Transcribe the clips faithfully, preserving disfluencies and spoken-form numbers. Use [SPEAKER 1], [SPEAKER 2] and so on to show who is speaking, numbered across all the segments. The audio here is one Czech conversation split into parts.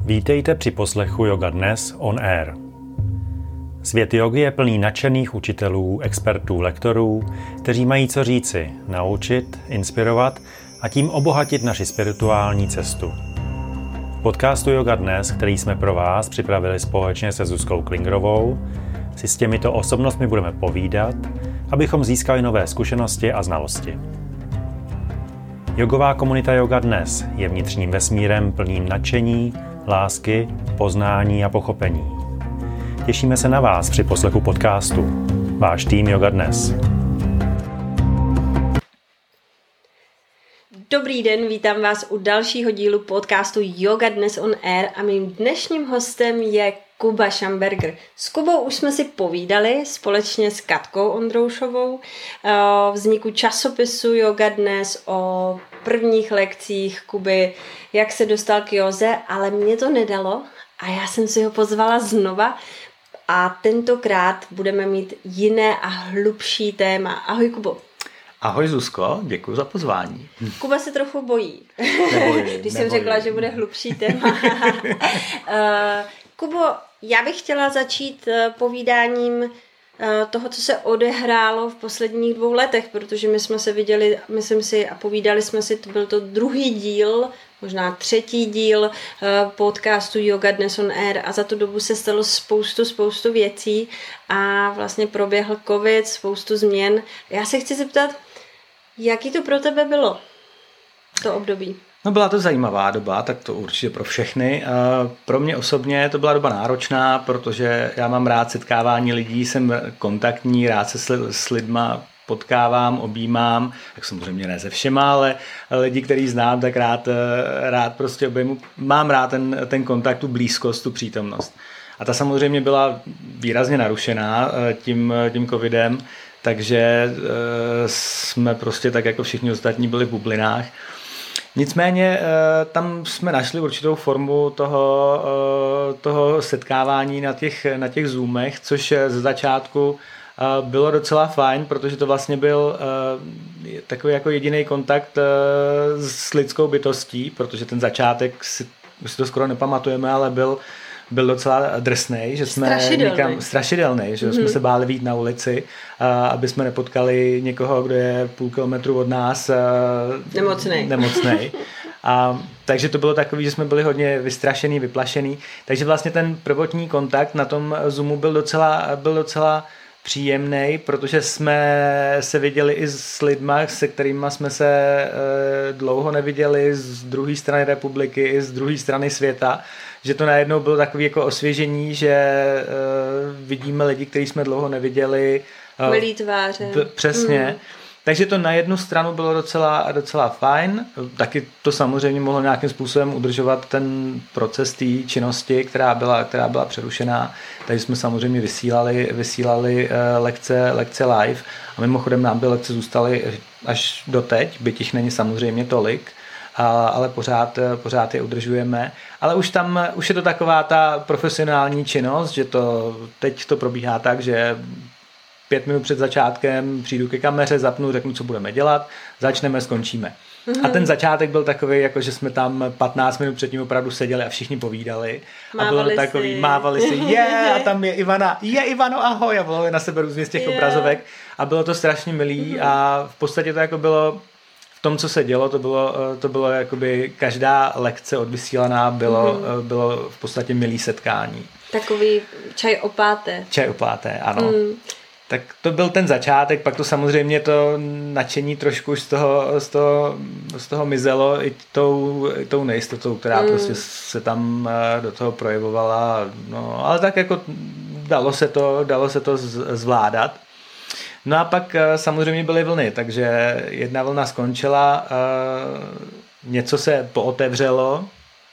[SPEAKER 1] Vítejte při poslechu Yoga Dnes on Air. Svět jogy je plný nadšených učitelů, expertů, lektorů, kteří mají co říci, naučit, inspirovat a tím obohatit naši spirituální cestu. V podcastu Yoga Dnes, který jsme pro vás připravili společně se Zuzkou Klingrovou, si s těmito osobnostmi budeme povídat, abychom získali nové zkušenosti a znalosti. Jogová komunita Yoga Dnes je vnitřním vesmírem plným nadšení, lásky, poznání a pochopení. Těšíme se na vás při poslechu podcastu. Váš tým Yoga Dnes.
[SPEAKER 2] Dobrý den, vítám vás u dalšího dílu podcastu Yoga Dnes on Air a mým dnešním hostem je Kuba Šamberger. S Kubou už jsme si povídali společně s Katkou Ondroušovou o vzniku časopisu Yoga Dnes, o prvních lekcích Kuby, jak se dostal k józe, ale mě to nedalo a já jsem si ho pozvala znova a tentokrát budeme mít jiné a hlubší téma. Ahoj, Kubo.
[SPEAKER 3] Ahoj Zuzko, děkuji za pozvání.
[SPEAKER 2] Kuba se trochu bojí,
[SPEAKER 3] Nebojí,
[SPEAKER 2] když
[SPEAKER 3] nebojí.
[SPEAKER 2] jsem řekla, že bude hlubší téma. uh, Kubo, já bych chtěla začít povídáním toho, co se odehrálo v posledních dvou letech, protože my jsme se viděli, myslím si, a povídali jsme si, to byl to druhý díl, možná třetí díl podcastu Yoga Dnes on Air a za tu dobu se stalo spoustu, spoustu věcí a vlastně proběhl covid, spoustu změn. Já se chci zeptat, jaký to pro tebe bylo, to období?
[SPEAKER 3] No byla to zajímavá doba, tak to určitě pro všechny. Pro mě osobně to byla doba náročná, protože já mám rád setkávání lidí, jsem kontaktní, rád se s lidma potkávám, objímám, tak samozřejmě ne se všema, ale lidi, který znám, tak rád, rád prostě obejmu. Mám rád ten, ten kontakt, tu blízkost, tu přítomnost. A ta samozřejmě byla výrazně narušená tím, tím covidem, takže jsme prostě tak jako všichni ostatní byli v bublinách. Nicméně tam jsme našli určitou formu toho, toho setkávání na těch, na těch zoomech, což ze začátku bylo docela fajn, protože to vlastně byl takový jako jediný kontakt s lidskou bytostí, protože ten začátek si, si to skoro nepamatujeme, ale byl byl docela drsnej, že jsme
[SPEAKER 2] strašidelný.
[SPEAKER 3] někam strašidelný, že mm-hmm. jsme se báli vyjít na ulici, aby jsme nepotkali někoho, kdo je půl kilometru od nás
[SPEAKER 2] nemocnej.
[SPEAKER 3] nemocnej. A, takže to bylo takový, že jsme byli hodně vystrašený, vyplašený. Takže vlastně ten prvotní kontakt na tom Zoomu byl docela, byl docela příjemný, protože jsme se viděli i s lidma, se kterými jsme se e, dlouho neviděli z druhé strany republiky, i z druhé strany světa, že to najednou bylo takové jako osvěžení, že e, vidíme lidi, kteří jsme dlouho neviděli.
[SPEAKER 2] Milý tváře.
[SPEAKER 3] P- přesně. Mm. Takže to na jednu stranu bylo docela, docela fajn. Taky to samozřejmě mohlo nějakým způsobem udržovat ten proces té činnosti, která byla, která byla přerušená. Takže jsme samozřejmě vysílali, vysílali uh, lekce, lekce live. A mimochodem nám by lekce zůstaly až doteď, byť jich není samozřejmě tolik, a, ale pořád, pořád je udržujeme. Ale už tam, už je to taková ta profesionální činnost, že to teď to probíhá tak, že pět minut před začátkem přijdu ke kameře, zapnu, řeknu, co budeme dělat, začneme, skončíme. Mm-hmm. A ten začátek byl takový, jako že jsme tam patnáct minut předtím opravdu seděli a všichni povídali.
[SPEAKER 2] Mávali
[SPEAKER 3] a bylo to takový,
[SPEAKER 2] si.
[SPEAKER 3] mávali si, je, yeah, a tam je Ivana, je Ivano, ahoj, a volali na sebe různě z těch yeah. obrazovek a bylo to strašně milý mm-hmm. a v podstatě to jako bylo, v tom, co se dělo, to bylo, to bylo jakoby každá lekce odvysílaná, bylo, mm-hmm. bylo v podstatě milý setkání.
[SPEAKER 2] Takový čaj o páté.
[SPEAKER 3] Čaj o páté, ano.
[SPEAKER 2] Mm.
[SPEAKER 3] Tak to byl ten začátek, pak to samozřejmě to nadšení trošku už z toho, z toho, z toho mizelo i tou, i tou nejistotou, která mm. prostě se tam do toho projevovala. No, ale tak jako dalo se to, dalo se to zvládat. No a pak samozřejmě byly vlny, takže jedna vlna skončila, něco se pootevřelo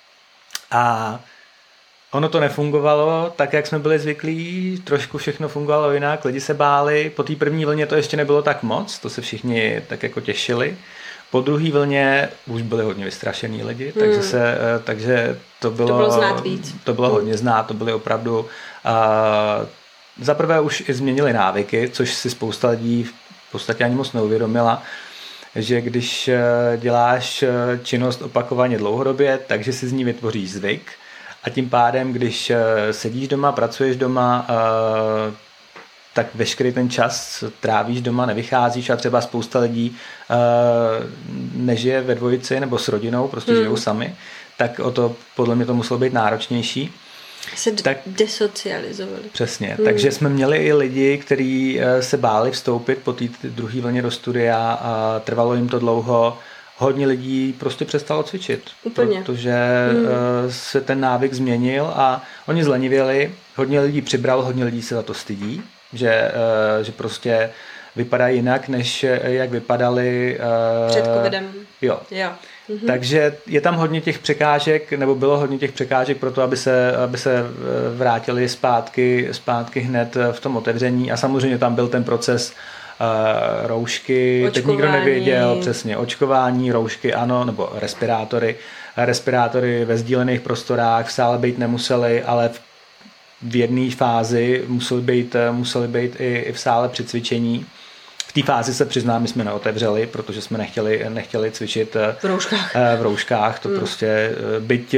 [SPEAKER 3] a ono to nefungovalo tak, jak jsme byli zvyklí, trošku všechno fungovalo jinak, lidi se báli, po té první vlně to ještě nebylo tak moc, to se všichni tak jako těšili. Po druhé vlně už byli hodně vystrašený lidi, hmm. takže, se, takže to bylo,
[SPEAKER 2] to bylo znát víc.
[SPEAKER 3] To bylo hmm. hodně znát, to byly opravdu... Uh, za prvé už i změnili návyky, což si spousta lidí v podstatě ani moc neuvědomila, že když děláš činnost opakovaně dlouhodobě, takže si z ní vytvoříš zvyk a tím pádem, když sedíš doma, pracuješ doma, tak veškerý ten čas trávíš doma, nevycházíš a třeba spousta lidí nežije ve dvojici nebo s rodinou, prostě hmm. žijou sami, tak o to podle mě to muselo být náročnější.
[SPEAKER 2] Se d- tak, desocializovali.
[SPEAKER 3] Přesně, hmm. takže jsme měli i lidi, kteří se báli vstoupit po té druhé vlně do studia a trvalo jim to dlouho. Hodně lidí prostě přestalo cvičit,
[SPEAKER 2] Úplně.
[SPEAKER 3] protože hmm. se ten návyk změnil a oni zlenivěli, hodně lidí přibral, hodně lidí se za to stydí, že, že prostě vypadají jinak, než jak vypadali
[SPEAKER 2] před covidem.
[SPEAKER 3] Jo.
[SPEAKER 2] jo. Mhm.
[SPEAKER 3] Takže je tam hodně těch překážek, nebo bylo hodně těch překážek pro to, aby se, aby se vrátili zpátky, zpátky hned v tom otevření a samozřejmě tam byl ten proces uh, roušky,
[SPEAKER 2] očkování.
[SPEAKER 3] Teď nikdo nevěděl přesně, očkování, roušky, ano, nebo respirátory. Respirátory ve sdílených prostorách v sále být nemuseli, ale v, v jedné fázi museli být, museli být i, i v sále při cvičení. V té fázi se přiznám, my jsme neotevřeli, protože jsme nechtěli, nechtěli cvičit
[SPEAKER 2] v rouškách.
[SPEAKER 3] V rouškách. To mm. prostě byť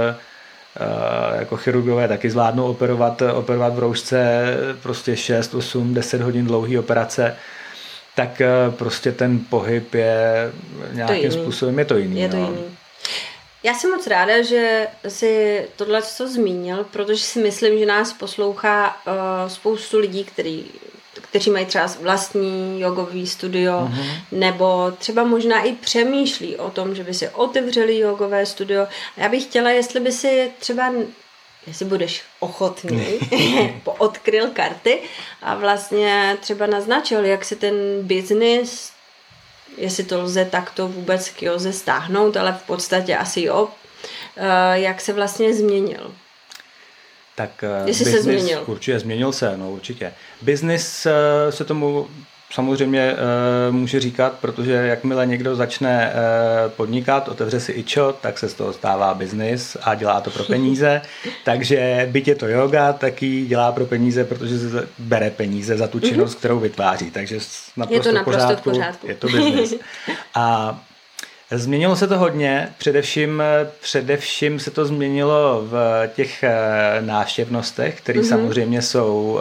[SPEAKER 3] jako chirurgové taky zvládnou operovat, operovat v roušce prostě šest, osm, deset hodin dlouhý operace, tak prostě ten pohyb je nějakým způsobem, je to jiný.
[SPEAKER 2] Je to
[SPEAKER 3] no.
[SPEAKER 2] jiný. Já jsem moc ráda, že jsi tohle co zmínil, protože si myslím, že nás poslouchá uh, spoustu lidí, který kteří mají třeba vlastní jogový studio, uh-huh. nebo třeba možná i přemýšlí o tom, že by si otevřeli jogové studio. A já bych chtěla, jestli by si třeba, jestli budeš ochotný, poodkryl karty a vlastně třeba naznačil, jak se ten biznis, jestli to lze takto vůbec k joze stáhnout, ale v podstatě asi jo, jak se vlastně změnil.
[SPEAKER 3] Tak
[SPEAKER 2] Jestli
[SPEAKER 3] business,
[SPEAKER 2] se změnil.
[SPEAKER 3] Určitě změnil se, no určitě. Business se tomu samozřejmě může říkat, protože jakmile někdo začne podnikat, otevře si ičo, tak se z toho stává business a dělá to pro peníze. Takže byť je to yoga, tak ji dělá pro peníze, protože se bere peníze za tu činnost, mm-hmm. kterou vytváří. Takže naprosto
[SPEAKER 2] je to naprosto
[SPEAKER 3] pořádku,
[SPEAKER 2] v pořádku.
[SPEAKER 3] Je to business. A změnilo se to hodně, především, především se to změnilo v těch návštěvnostech, které mm-hmm. samozřejmě jsou,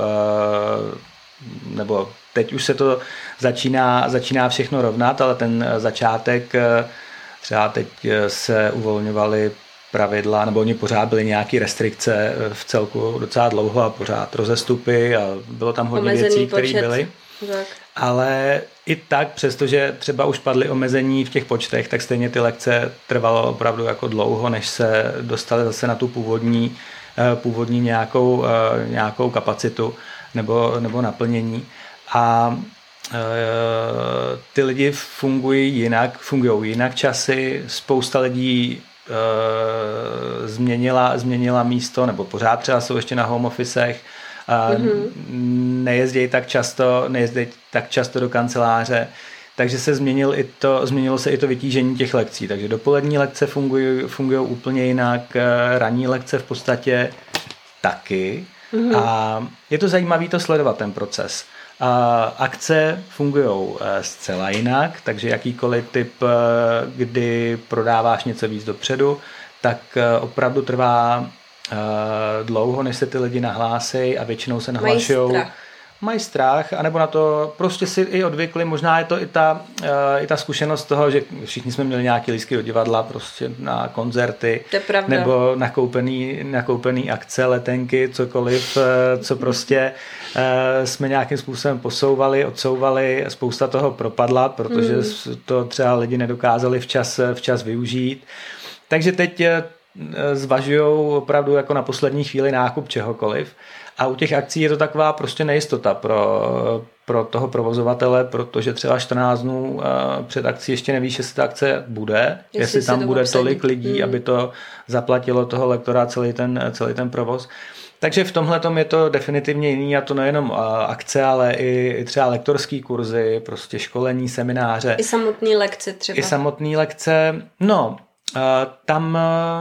[SPEAKER 3] nebo teď už se to začíná, začíná všechno rovnat, ale ten začátek, třeba teď se uvolňovaly pravidla, nebo oni pořád byly nějaké restrikce v celku docela dlouho a pořád rozestupy a bylo tam hodně
[SPEAKER 2] omezený
[SPEAKER 3] věcí, které byly.
[SPEAKER 2] Tak.
[SPEAKER 3] Ale i tak, přestože třeba už padly omezení v těch počtech, tak stejně ty lekce trvalo opravdu jako dlouho, než se dostali zase na tu původní, původní nějakou, nějakou kapacitu nebo, nebo naplnění. A ty lidi fungují jinak, fungují jinak časy, spousta lidí změnila, změnila místo, nebo pořád třeba jsou ještě na home officech, mm-hmm. nejezdějí tak často, nejezdějí tak často do kanceláře, takže se změnil i to, změnilo se i to vytížení těch lekcí, takže dopolední lekce fungují, fungují úplně jinak, ranní lekce v podstatě taky mm-hmm. a je to zajímavé to sledovat ten proces. A akce fungují zcela jinak, takže jakýkoliv typ, kdy prodáváš něco víc dopředu, tak opravdu trvá dlouho, než se ty lidi nahlásí a většinou se nahlašují.
[SPEAKER 2] Mají strach.
[SPEAKER 3] Mají strach, anebo na to prostě si i odvykli. Možná je to i ta, i ta zkušenost toho, že všichni jsme měli nějaký lístky do divadla, prostě na koncerty, nebo nakoupený, nakoupený akce, letenky, cokoliv, co prostě jsme nějakým způsobem posouvali, odsouvali. Spousta toho propadla, protože hmm. to třeba lidi nedokázali včas, včas využít. Takže teď zvažujou opravdu jako na poslední chvíli nákup čehokoliv. A u těch akcí je to taková prostě nejistota pro, pro toho provozovatele, protože třeba čtrnáct dnů před akcí ještě nevíš, jestli ta akce bude, jestli, jestli tam bude obsadí. Tolik lidí, hmm. aby to zaplatilo toho lektora celý ten, celý ten provoz. Takže v tomhletom je to definitivně jiný a to nejenom akce, ale i, i třeba lektorský kurzy, prostě školení, semináře.
[SPEAKER 2] I samotný lekce třeba.
[SPEAKER 3] I samotný lekce, no, tam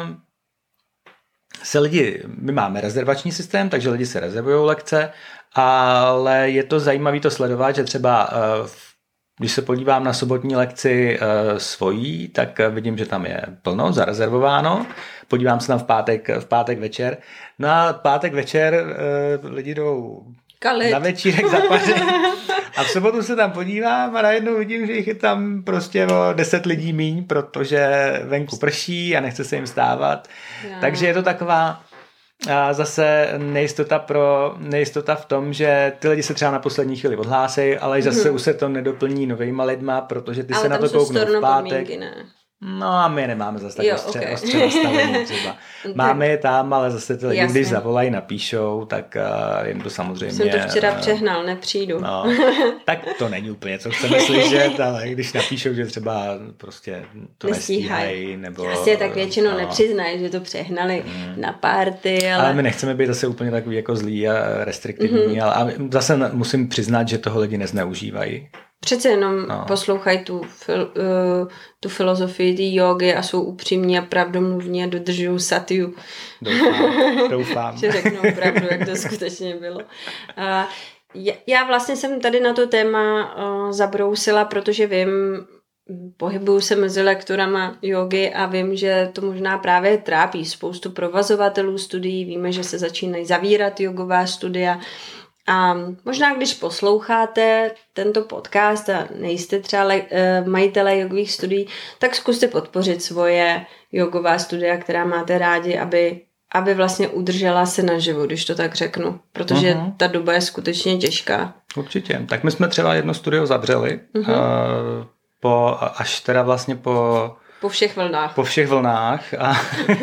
[SPEAKER 3] se lidi, my máme rezervační systém, takže lidi se rezervují lekce, ale je to zajímavé to sledovat, že třeba v Když se podívám na sobotní lekci e, svojí, tak vidím, že tam je plno, zarezervováno. Podívám se tam v pátek, v pátek večer. No a pátek večer e, lidi jdou
[SPEAKER 2] Kalit.
[SPEAKER 3] Na večírek zapařit. A v sobotu se tam podívám a najednou vidím, že jich je tam prostě o deset lidí míň, protože venku prší a nechce se jim stávat. Já. Takže je to taková a zase nejistota, pro, nejistota v tom, že ty lidi se třeba na poslední chvíli odhlásí, ale zase mm. už se to nedoplní novejma lidma, protože ty
[SPEAKER 2] ale
[SPEAKER 3] se na to kouknou v pátek.
[SPEAKER 2] Podmínky, ne?
[SPEAKER 3] No a my nemáme zase tak
[SPEAKER 2] jo,
[SPEAKER 3] ostře,
[SPEAKER 2] okay.
[SPEAKER 3] ostře nastavení třeba. Máme je tam, ale zase ty lidi, jasně. Když zavolají, napíšou, tak uh, jim to samozřejmě...
[SPEAKER 2] Jsem to včera uh, přehnal, nepřijdu.
[SPEAKER 3] No, tak to není úplně, co chceme slyšet, ale když napíšou, že třeba prostě to nestíhají, nebo...
[SPEAKER 2] Asi tak většinou no. nepřiznají, že to přehnali mm. na party, ale...
[SPEAKER 3] Ale my nechceme být zase úplně takový jako zlý a restriktivní, mm-hmm. ale a zase musím přiznat, že toho lidi nezneužívají.
[SPEAKER 2] Přece jenom no. poslouchají tu, fil, uh, tu filozofii té jogy a jsou upřímní a pravdomluvní a dodržují satiu.
[SPEAKER 3] Doufám, doufám.
[SPEAKER 2] Že řeknou pravdu, jak to skutečně bylo. Uh, já vlastně jsem tady na to téma uh, zabrousila, protože vím, pohybuju se mezi lektorama jogy a vím, že to možná právě trápí spoustu provozovatelů studií. Víme, že se začínají zavírat jogová studia. A možná, když posloucháte tento podcast a nejste třeba le, majitelé jogových studií, tak zkuste podpořit svoje jogová studia, která máte rádi, aby, aby vlastně udržela se naživu, když to tak řeknu. Protože uh-huh. ta doba je skutečně těžká.
[SPEAKER 3] Určitě. Tak my jsme třeba jedno studio zavřeli, uh-huh. uh, po, až teda vlastně po...
[SPEAKER 2] Po všech vlnách.
[SPEAKER 3] Po všech vlnách. A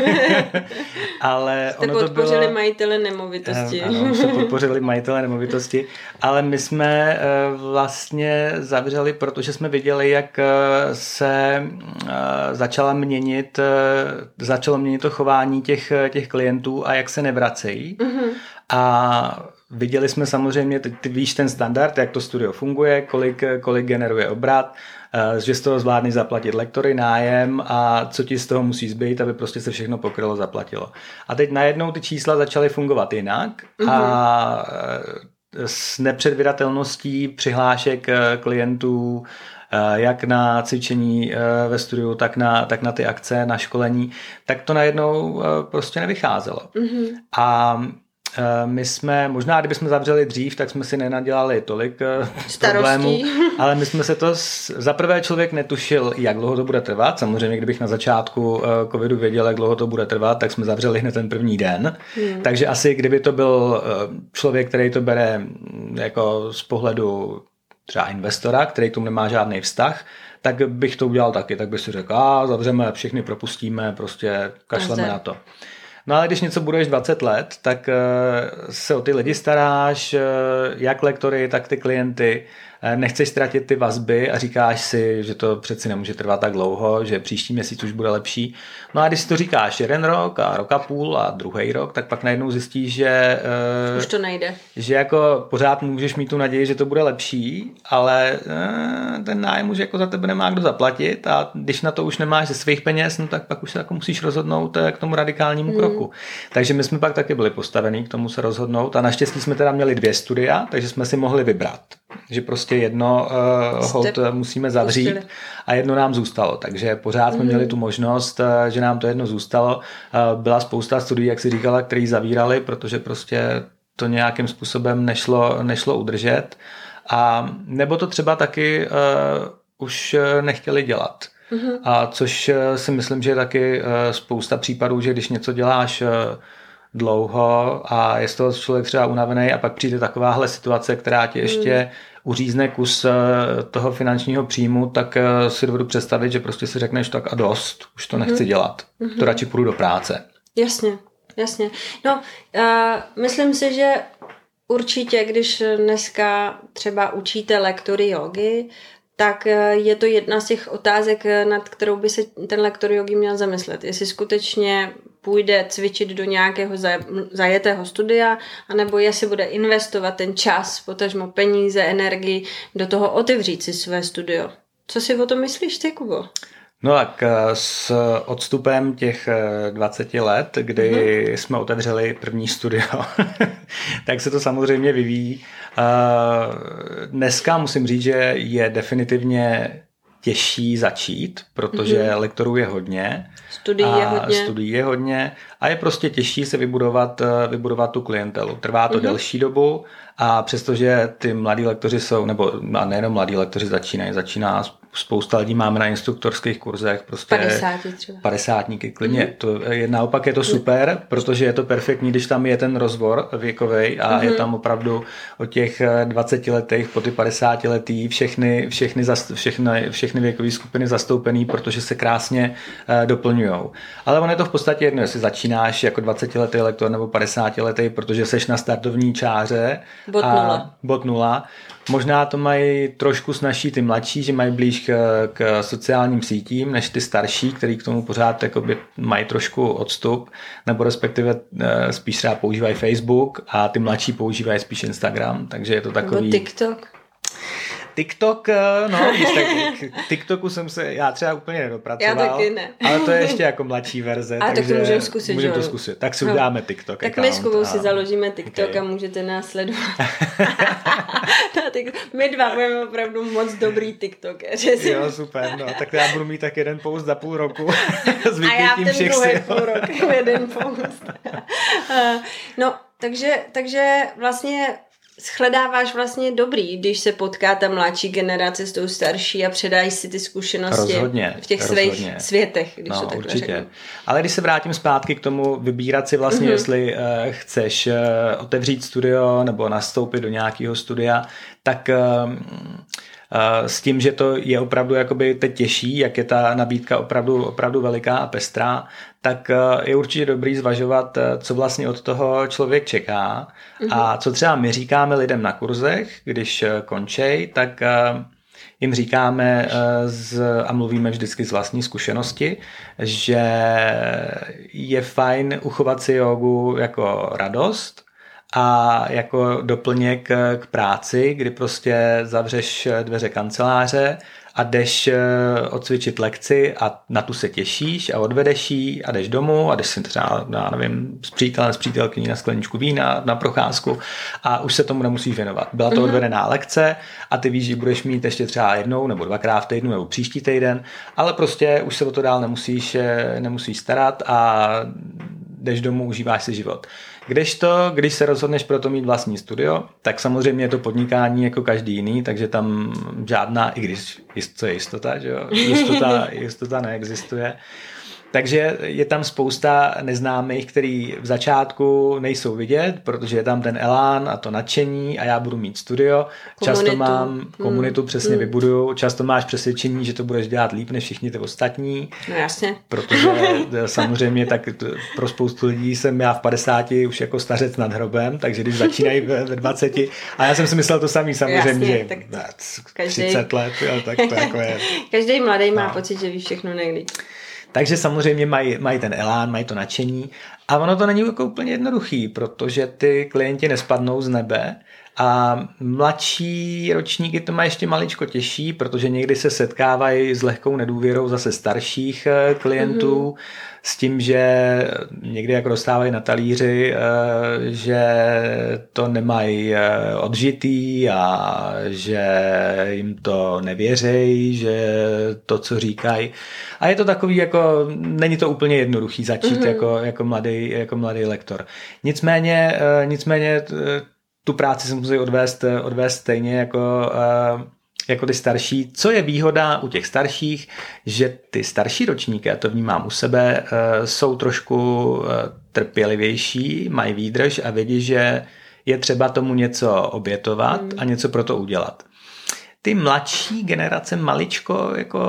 [SPEAKER 3] ale
[SPEAKER 2] jste
[SPEAKER 3] ono to bylo...
[SPEAKER 2] podpořili majitele nemovitosti.
[SPEAKER 3] Ano, se podpořili majitele nemovitosti, ale my jsme vlastně zavřeli, protože jsme viděli, jak se začala měnit, začalo měnit to chování těch, těch klientů a jak se nevracejí. Mm-hmm. A viděli jsme samozřejmě, ty, ty víš ten standard, jak to studio funguje, kolik, kolik generuje obrat, že z toho zvládneš zaplatit lektory, nájem a co ti z toho musí zbýt, aby prostě se všechno pokrylo, zaplatilo. A teď najednou ty čísla začaly fungovat jinak mm-hmm. a s nepředvídatelností přihlášek klientů, jak na cvičení ve studiu, tak na, tak na ty akce, na školení, tak to najednou prostě nevycházelo. Mm-hmm. A my jsme, možná kdybychom zavřeli dřív, tak jsme si nenadělali tolik problémů, ale my jsme se to, za prvé člověk netušil, jak dlouho to bude trvat. Samozřejmě, kdybych na začátku covidu věděl, jak dlouho to bude trvat, tak jsme zavřeli hned ten první den. Hmm. Takže asi, kdyby to byl člověk, který to bere jako z pohledu třeba investora, který k tomu nemá žádný vztah, tak bych to udělal taky. Tak bych si řekl, a zavřeme, všechny propustíme, prostě kašleme na to. No ale když něco budeš dvacet let, tak se o ty lidi staráš, jak lektory, tak ty klienty. Nechceš ztratit ty vazby a říkáš si, že to přeci nemůže trvat tak dlouho, že příští měsíc už bude lepší. No a když si to říkáš jeden rok a rok a půl a druhý rok, tak pak najednou zjistíš, že
[SPEAKER 2] už to nejde.
[SPEAKER 3] Že jako pořád můžeš mít tu naději, že to bude lepší, ale ten nájem už jako za tebe nemá kdo zaplatit a když na to už nemáš ze svých peněz, no tak pak už se jako musíš rozhodnout k tomu radikálnímu hmm. kroku. Takže my jsme pak taky byli postavení k tomu se rozhodnout a naštěstí jsme teda měli dvě studia, takže jsme si mohli vybrat. Že prostě jedno uh, hold musíme zavřít pustili. A jedno nám zůstalo. Takže pořád jsme mm. měli tu možnost, uh, že nám to jedno zůstalo. Uh, byla spousta studií, jak si říkala, který zavírali, protože prostě to nějakým způsobem nešlo, nešlo udržet. A nebo to třeba taky uh, už nechtěli dělat. Mm-hmm. A což uh, si myslím, že je taky uh, spousta případů, že když něco děláš uh, dlouho a je z toho člověk třeba unavený a pak přijde takováhle situace, která ti ještě mm. uřízne kus toho finančního příjmu, tak si dovedu představit, že prostě si řekneš tak a dost, už to nechci mm. dělat, mm-hmm. to radši půjdu do práce.
[SPEAKER 2] Jasně, jasně. No, uh, myslím si, že určitě, když dneska třeba učíte lektory jogy, tak je to jedna z těch otázek, nad kterou by se ten lektor jogy měl zamyslet. Jestli skutečně půjde cvičit do nějakého zajetého studia, anebo jestli bude investovat ten čas, potažmo peníze, energii do toho otevřít si své studio. Co si o tom myslíš ty, Kubo?
[SPEAKER 3] No tak s odstupem těch dvaceti let, kdy mm-hmm. jsme otevřeli první studio, tak se to samozřejmě vyvíjí. Dneska musím říct, že je definitivně těžší začít, protože mm-hmm. lektorů je hodně.
[SPEAKER 2] Studií je hodně.
[SPEAKER 3] Studií je hodně a je prostě těžší se vybudovat, vybudovat tu klientelu. Trvá to mm-hmm. delší dobu a přestože ty mladí lektoři jsou, nebo a nejenom mladí lektoři začínají, začíná spousta lidí máme na instruktorských kurzech, prostě
[SPEAKER 2] padesáti třeba.
[SPEAKER 3] padesátníky, klidně. Mm-hmm. To je, naopak je to super, protože je to perfektní, když tam je ten rozvor věkovej a mm-hmm. je tam opravdu od těch dvaceti letech po ty padesáti letý všechny, všechny, všechny, všechny věkové skupiny zastoupený, protože se krásně uh, doplňujou. Ale on je to v podstatě jedno, jestli začínáš jako dvacetiletý lektor nebo padesátiletý, protože seš na startovní čáře.
[SPEAKER 2] Bod nula.
[SPEAKER 3] Bod nula. Možná to mají trošku snazší ty mladší, že mají blíž k, k sociálním sítím, než ty starší, který k tomu pořád jakoby mají trošku odstup, nebo respektive spíš třeba používají Facebook a ty mladší používají spíš Instagram, takže je to takový...
[SPEAKER 2] Nebo TikTok.
[SPEAKER 3] TikTok, no, víš, tak k TikToku jsem se, já třeba úplně nedopracoval.
[SPEAKER 2] Já taky ne.
[SPEAKER 3] Ale to je ještě jako mladší verze.
[SPEAKER 2] A
[SPEAKER 3] takže
[SPEAKER 2] tak to můžeme zkusit,
[SPEAKER 3] můžeme
[SPEAKER 2] to
[SPEAKER 3] jo? zkusit. Tak si
[SPEAKER 2] no.
[SPEAKER 3] uděláme TikTok
[SPEAKER 2] Tak
[SPEAKER 3] account.
[SPEAKER 2] my s Kubou
[SPEAKER 3] a...
[SPEAKER 2] si založíme TikTok okay. a můžete nás sledovat. no, my dva budeme opravdu moc dobrý TikTokeři.
[SPEAKER 3] Jo, super, no, tak já budu mít tak jeden post za půl roku.
[SPEAKER 2] a já ten druhý půl rok, jeden post. no, takže, takže vlastně shledáváš vlastně dobrý, když se potká ta mladší generace s tou starší a předají si ty zkušenosti
[SPEAKER 3] rozhodně,
[SPEAKER 2] v těch
[SPEAKER 3] rozhodně.
[SPEAKER 2] svých světech, když
[SPEAKER 3] no,
[SPEAKER 2] to tak
[SPEAKER 3] určitě.
[SPEAKER 2] řeknu.
[SPEAKER 3] Ale když se vrátím zpátky k tomu vybírat si vlastně, mm-hmm. jestli uh, chceš uh, otevřít studio nebo nastoupit do nějakého studia, tak uh, s tím, že to je opravdu jakoby teď těžší, jak je ta nabídka opravdu, opravdu veliká a pestrá, tak je určitě dobrý zvažovat, co vlastně od toho člověk čeká. Mm-hmm. A co třeba my říkáme lidem na kurzech, když končej, tak jim říkáme z, a mluvíme vždycky z vlastní zkušenosti, že je fajn uchovat si jogu jako radost, a jako doplněk k práci, kdy prostě zavřeš dveře kanceláře a jdeš odcvičit lekci a na tu se těšíš a odvedeš jí a jdeš domů a jdeš si třeba, já nevím, s přítelem, s přítelkyní na skleničku vína, na procházku a už se tomu nemusíš věnovat. Byla to odvedená lekce a ty víš, že budeš mít ještě třeba jednou nebo dvakrát v týdnu nebo příští týden, ale prostě už se o to dál nemusíš, nemusíš starat a jdeš domů, užíváš si život. Kdežto, když se rozhodneš pro to mít vlastní studio, tak samozřejmě je to podnikání jako každý jiný, takže tam žádná, i když to je jistota, že jo? Jistota, jistota neexistuje. Takže je tam spousta neznámých, který v začátku nejsou vidět, protože je tam ten elán a to nadšení a já budu mít studio.
[SPEAKER 2] Komunitu.
[SPEAKER 3] Často mám komunitu, hmm. přesně hmm. vybuduju. Často máš přesvědčení, že to budeš dělat líp než všichni ty ostatní.
[SPEAKER 2] No jasně.
[SPEAKER 3] Protože samozřejmě tak pro spoustu lidí jsem já v padesáti už jako stařec nad hrobem, takže když začínají ve dvaceti a já jsem si myslel to samý samozřejmě,
[SPEAKER 2] jasně,
[SPEAKER 3] že
[SPEAKER 2] tak
[SPEAKER 3] každý, třicet let, jo, tak to jako je.
[SPEAKER 2] Každý mladý má no. pocit, že ví všechno nejlíp.
[SPEAKER 3] Takže samozřejmě mají, mají ten elán, mají to nadšení a ono to není jako úplně jednoduchý, protože ty klienti nespadnou z nebe a mladší ročníky to má ještě maličko těžší, protože někdy se setkávají s lehkou nedůvěrou zase starších klientů, mm-hmm. s tím, že někdy jak dostávají na talíři, že to nemají odžitý a že jim to nevěří, že to, co říkají. A je to takový, jako není to úplně jednoduchý začít mm-hmm. jako, jako, mladý, jako mladý lektor. Nicméně, nicméně tu práci se musí odvést, odvést stejně jako, jako ty starší. Co je výhoda u těch starších, že ty starší ročníky, já to vnímám u sebe, jsou trošku trpělivější, mají výdrž a vědí, že je třeba tomu něco obětovat mm. a něco pro to udělat. Ty mladší generace maličko jako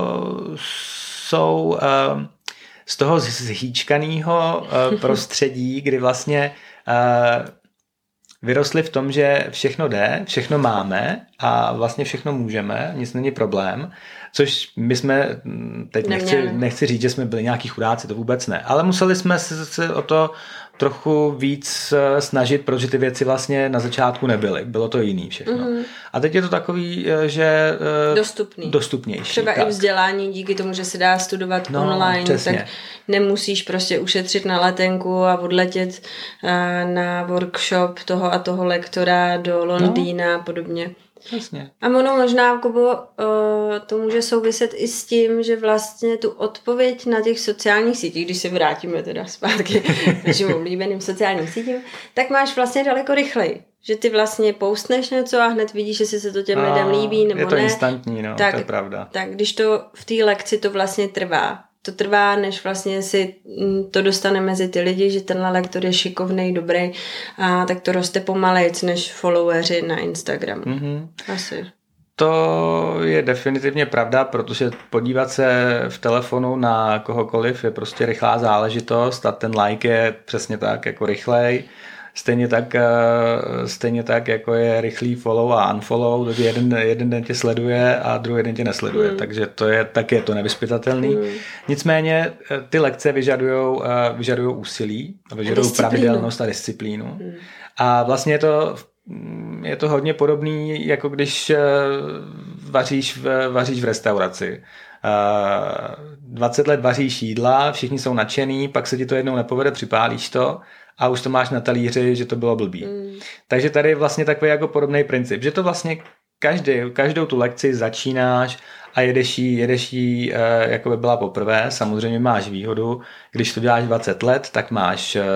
[SPEAKER 3] jsou z toho zhýčkaného prostředí, kdy vlastně vyrostli v tom, že všechno jde, všechno máme a vlastně všechno můžeme, nic není problém, což my jsme, teď nechci, nechci říct, že jsme byli nějaký chudáci, to vůbec ne, ale museli jsme se, se o to trochu víc snažit, protože ty věci vlastně na začátku nebyly. Bylo to jiný všechno. Mm-hmm. A teď je to takový, že
[SPEAKER 2] dostupný.
[SPEAKER 3] dostupnější.
[SPEAKER 2] Třeba tak. I vzdělání díky tomu, že se dá studovat no, online, přesně. Tak nemusíš prostě ušetřit na letenku a odletět na workshop toho a toho lektora do Londýna no. a podobně.
[SPEAKER 3] Jasně.
[SPEAKER 2] A ono možná, Kubo, to může souviset i s tím, že vlastně tu odpověď na těch sociálních sítích, když se vrátíme teda zpátky k našim oblíbeným sociálním sítím, tak máš vlastně daleko rychleji. Že ty vlastně postneš něco a hned vidíš, jestli se to těm a, lidem líbí nebo ne.
[SPEAKER 3] Je to ne. instantní, no, tak, to je pravda.
[SPEAKER 2] Tak když to v té lekci to vlastně trvá. To trvá, než vlastně si to dostane mezi ty lidi, že tenhle lektor je šikovnej, dobrý, a tak to roste pomalejc než followeri na Instagramu. Mm-hmm. Asi.
[SPEAKER 3] To je definitivně pravda, protože podívat se v telefonu na kohokoliv je prostě rychlá záležitost a ten like je přesně tak jako rychlej. Stejně tak, stejně tak, jako je rychlý follow a unfollow, takže jeden, jeden den tě sleduje a druhý den tě nesleduje, mm. takže to je, tak je to nevyzpytatelný. Mm. Nicméně ty lekce vyžadujou, vyžadujou úsilí, vyžadují pravidelnost a disciplínu. Mm. A vlastně je to, je to hodně podobný, jako když vaříš v, vaříš v restauraci. dvacet let vaříš jídla, všichni jsou nadšený, pak se ti to jednou nepovede, připálíš to a už to máš na talíři, že to bylo blbý. Mm. Takže tady je vlastně takový jako podobný princip, že to vlastně každý, každou tu lekci začínáš a jedeš jí, jedeš jí e, jako by byla poprvé. Samozřejmě máš výhodu, když to děláš dvacet let, tak máš e,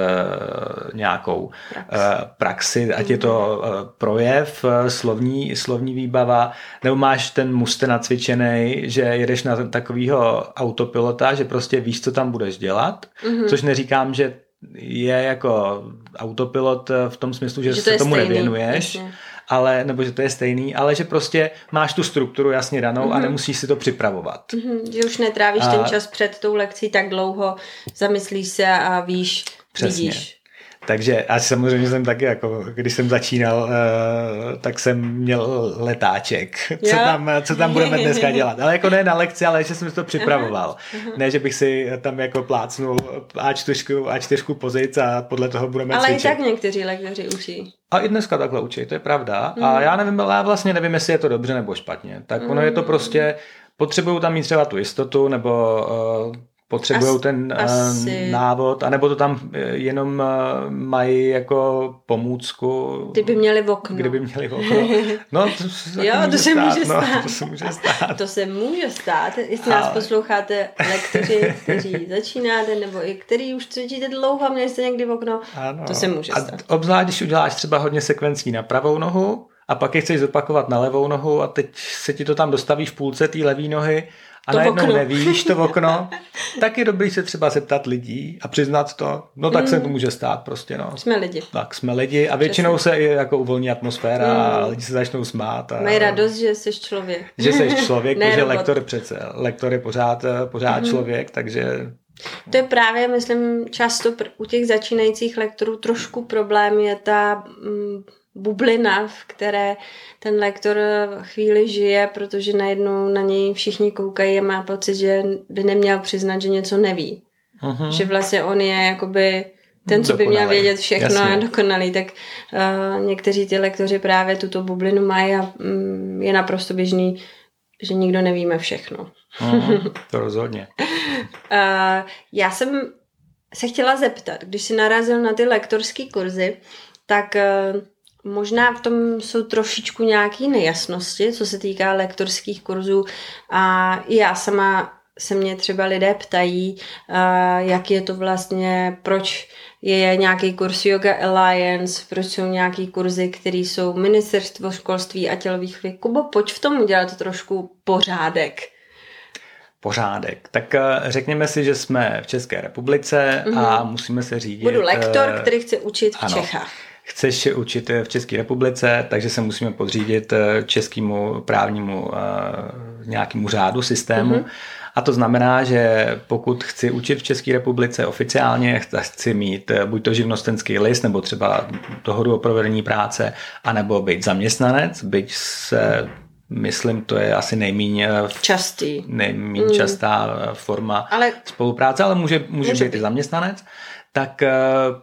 [SPEAKER 3] nějakou Prax. e, praxi, ať je to e, projev, e, slovní, slovní výbava, nebo máš ten muster nacvičený, že jedeš na takovýho autopilota, že prostě víš, co tam budeš dělat, mm-hmm. což neříkám, že je jako autopilot v tom smyslu, že, že se tomu stejný, nevěnuješ, jasně. ale, nebo že to je stejný, ale že prostě máš tu strukturu jasně danou mm-hmm. a nemusíš si to připravovat.
[SPEAKER 2] Mm-hmm, že už netrávíš a... ten čas před tou lekcí tak dlouho, zamyslíš se a víš, přesně. Vidíš.
[SPEAKER 3] Takže a samozřejmě jsem taky, jako, když jsem začínal, uh, tak jsem měl letáček, co tam, co tam budeme dneska dělat. Ale jako ne na lekci, ale že jsem si to připravoval. Aha, aha. Ne, že bych si tam jako plácnul á čtyři, á čtyři pozic a podle toho budeme
[SPEAKER 2] ale
[SPEAKER 3] cvičit.
[SPEAKER 2] Ale i tak někteří lektoři učí.
[SPEAKER 3] A i dneska takhle učí, to je pravda. Mm. A já nevím, já vlastně nevím, jestli je to dobře nebo špatně. Tak mm. ono je to prostě, potřebují tam mít třeba tu jistotu, nebo... Uh, potřebují ten asi. návod, anebo to tam jenom mají jako pomůcku.
[SPEAKER 2] Kdyby měli okno.
[SPEAKER 3] Kdyby měli okno. No, to se,
[SPEAKER 2] jo, to se může stát.
[SPEAKER 3] No, to se může stát.
[SPEAKER 2] To se může stát. Jestli nás Ale... posloucháte lektoři, kteří začínáte, nebo i který už cvičíte dlouho a měli jste někdy okno, ano. To se může stát.
[SPEAKER 3] A obzvlášť, když uděláš třeba hodně sekvencí na pravou nohu a pak je chceš zopakovat na levou nohu a teď se ti to tam dostaví v půlce té levé nohy, a to najednou okno. Nevíš to okno, tak je dobrý se třeba zeptat lidí a přiznat to, no tak mm. se to může stát prostě, no.
[SPEAKER 2] Jsme lidi.
[SPEAKER 3] Tak jsme lidi a většinou Přesně. se i jako uvolní atmosféra mm. a lidi se začnou smát. A,
[SPEAKER 2] mají radost, že jsi člověk.
[SPEAKER 3] Že jsi člověk, protože lektor přece, lektor je pořád, pořád mm. člověk, takže...
[SPEAKER 2] To je právě, myslím, často u těch začínajících lektorů trošku problém je ta... Mm, bublina, v které ten lektor chvíli žije, protože najednou na něj všichni koukají a má pocit, že by neměl přiznat, že něco neví. Uh-huh. Že vlastně on je jakoby ten, co dokonalý. By měl vědět všechno Jasně. a dokonalý, tak uh, někteří ty lektoři právě tuto bublinu mají a um, je naprosto běžný, že nikdo nevíme všechno.
[SPEAKER 3] Uh-huh. To rozhodně.
[SPEAKER 2] uh, já jsem se chtěla zeptat, když jsi narazil na ty lektorský kurzy, tak uh, možná v tom jsou trošičku nějaké nejasnosti, co se týká lektorských kurzů a já sama se mě třeba lidé ptají, jak je to vlastně, proč je nějaký kurz Yoga Alliance, proč jsou nějaký kurzy, které jsou Ministerstvo školství a tělovýchovy. Kubo, pojď v tom udělat trošku pořádek.
[SPEAKER 3] Pořádek. Tak řekněme si, že jsme v České republice mm-hmm. a musíme se řídit...
[SPEAKER 2] Budu lektor, který chce učit v
[SPEAKER 3] ano.
[SPEAKER 2] Čechách.
[SPEAKER 3] Chceš učit v České republice, takže se musíme podřídit českému právnímu nějakému řádu, systému. Mm-hmm. A to znamená, že pokud chci učit v České republice oficiálně, chci mít buď to živnostenský list, nebo třeba dohodu o provedení práce, anebo být zaměstnanec, byť se, myslím, to je asi nejméně
[SPEAKER 2] častý.
[SPEAKER 3] nejméně mm. častá forma ale... spolupráce, ale může, může, může být i zaměstnanec, tak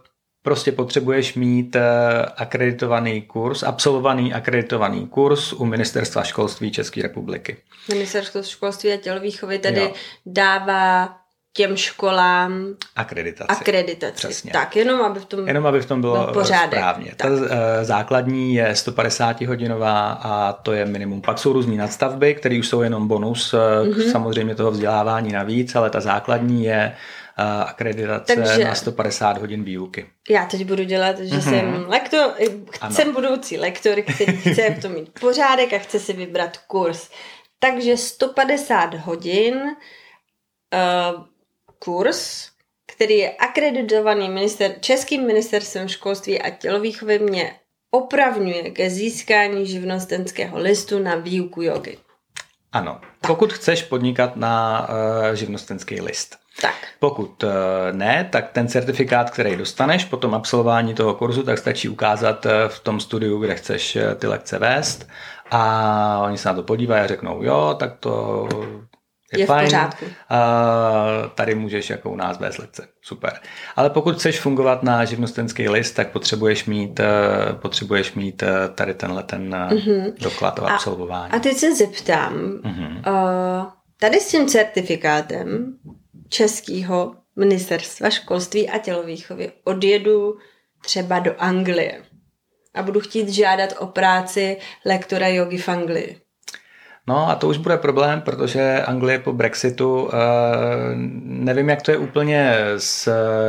[SPEAKER 3] Prostě potřebuješ mít akreditovaný kurz, absolvovaný akreditovaný kurz u Ministerstva školství České republiky.
[SPEAKER 2] Ministerstvo školství a tělovýchovy tedy
[SPEAKER 3] jo.
[SPEAKER 2] dává těm školám
[SPEAKER 3] akreditaci.
[SPEAKER 2] akreditaci.
[SPEAKER 3] Přesně.
[SPEAKER 2] Tak, jenom aby v tom,
[SPEAKER 3] jenom aby v tom bylo
[SPEAKER 2] pořádek.
[SPEAKER 3] Správně.
[SPEAKER 2] Tak.
[SPEAKER 3] Ta základní je sto padesát hodinová a to je minimum. Pak jsou různý nadstavby, které už jsou jenom bonus mm-hmm. samozřejmě toho vzdělávání navíc, ale ta základní je akreditace Takže na sto padesát hodin výuky.
[SPEAKER 2] Já teď budu dělat, že mm-hmm. jsem lektor, jsem budoucí lektor, který chce v tom mít pořádek a chce si vybrat kurz. Takže sto padesát hodin uh, kurz, který je akreditovaný minister, Českým ministerstvem školství a tělovýchovy, mě opravňuje ke získání živnostenského listu na výuku jogy.
[SPEAKER 3] Ano, tak. Pokud chceš podnikat na uh, živnostenský list.
[SPEAKER 2] Tak.
[SPEAKER 3] Pokud uh, ne, tak ten certifikát, který dostaneš po tom absolvování toho kurzu, tak stačí ukázat uh, v tom studiu, kde chceš uh, ty lekce vést a oni se na to podívají a řeknou, jo, tak to je,
[SPEAKER 2] je
[SPEAKER 3] fajn.
[SPEAKER 2] v pořádku.
[SPEAKER 3] Uh, tady můžeš jako u nás vést lekce. Super. Ale pokud chceš fungovat na živnostenský list, tak potřebuješ mít, uh, potřebuješ mít uh, tady tenhle ten uh, mm-hmm. doklad o absolvování.
[SPEAKER 2] A, a teď se zeptám, mm-hmm. uh, tady s tím certifikátem Českého ministerstva školství a tělovýchovy odjedu třeba do Anglie a budu chtít žádat o práci lektora jogy v Anglii.
[SPEAKER 3] No a to už bude problém, protože Anglie po Brexitu, nevím, jak to je úplně s...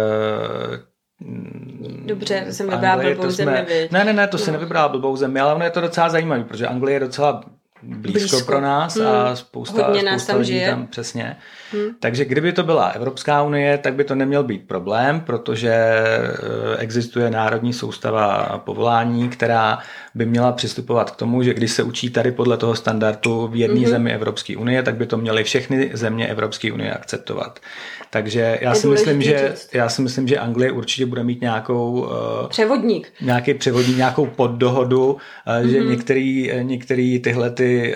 [SPEAKER 2] Dobře, jsem vybrala blbou zemi.
[SPEAKER 3] Ne, ne, ne, to no. si nevybrala blbou zemi, ale ono je to docela zajímavé, protože Anglie je docela blízko, blízko. pro nás hmm. a spousta,
[SPEAKER 2] Hodně
[SPEAKER 3] spousta
[SPEAKER 2] nás tam
[SPEAKER 3] lidí
[SPEAKER 2] žije.
[SPEAKER 3] tam přesně.
[SPEAKER 2] Hmm.
[SPEAKER 3] Takže kdyby to byla Evropská unie, tak by to neměl být problém, protože existuje národní soustava povolání, která by měla přistupovat k tomu, že když se učí tady podle toho standardu v jedné mm-hmm. zemi Evropské unie, tak by to měly všechny země Evropské unie akceptovat. Takže já si, myslím, že, já si myslím, že Anglie určitě bude mít nějakou
[SPEAKER 2] převodník.
[SPEAKER 3] Nějaký převodník, nějakou poddohodu, mm-hmm. že některý, některý tyhle ty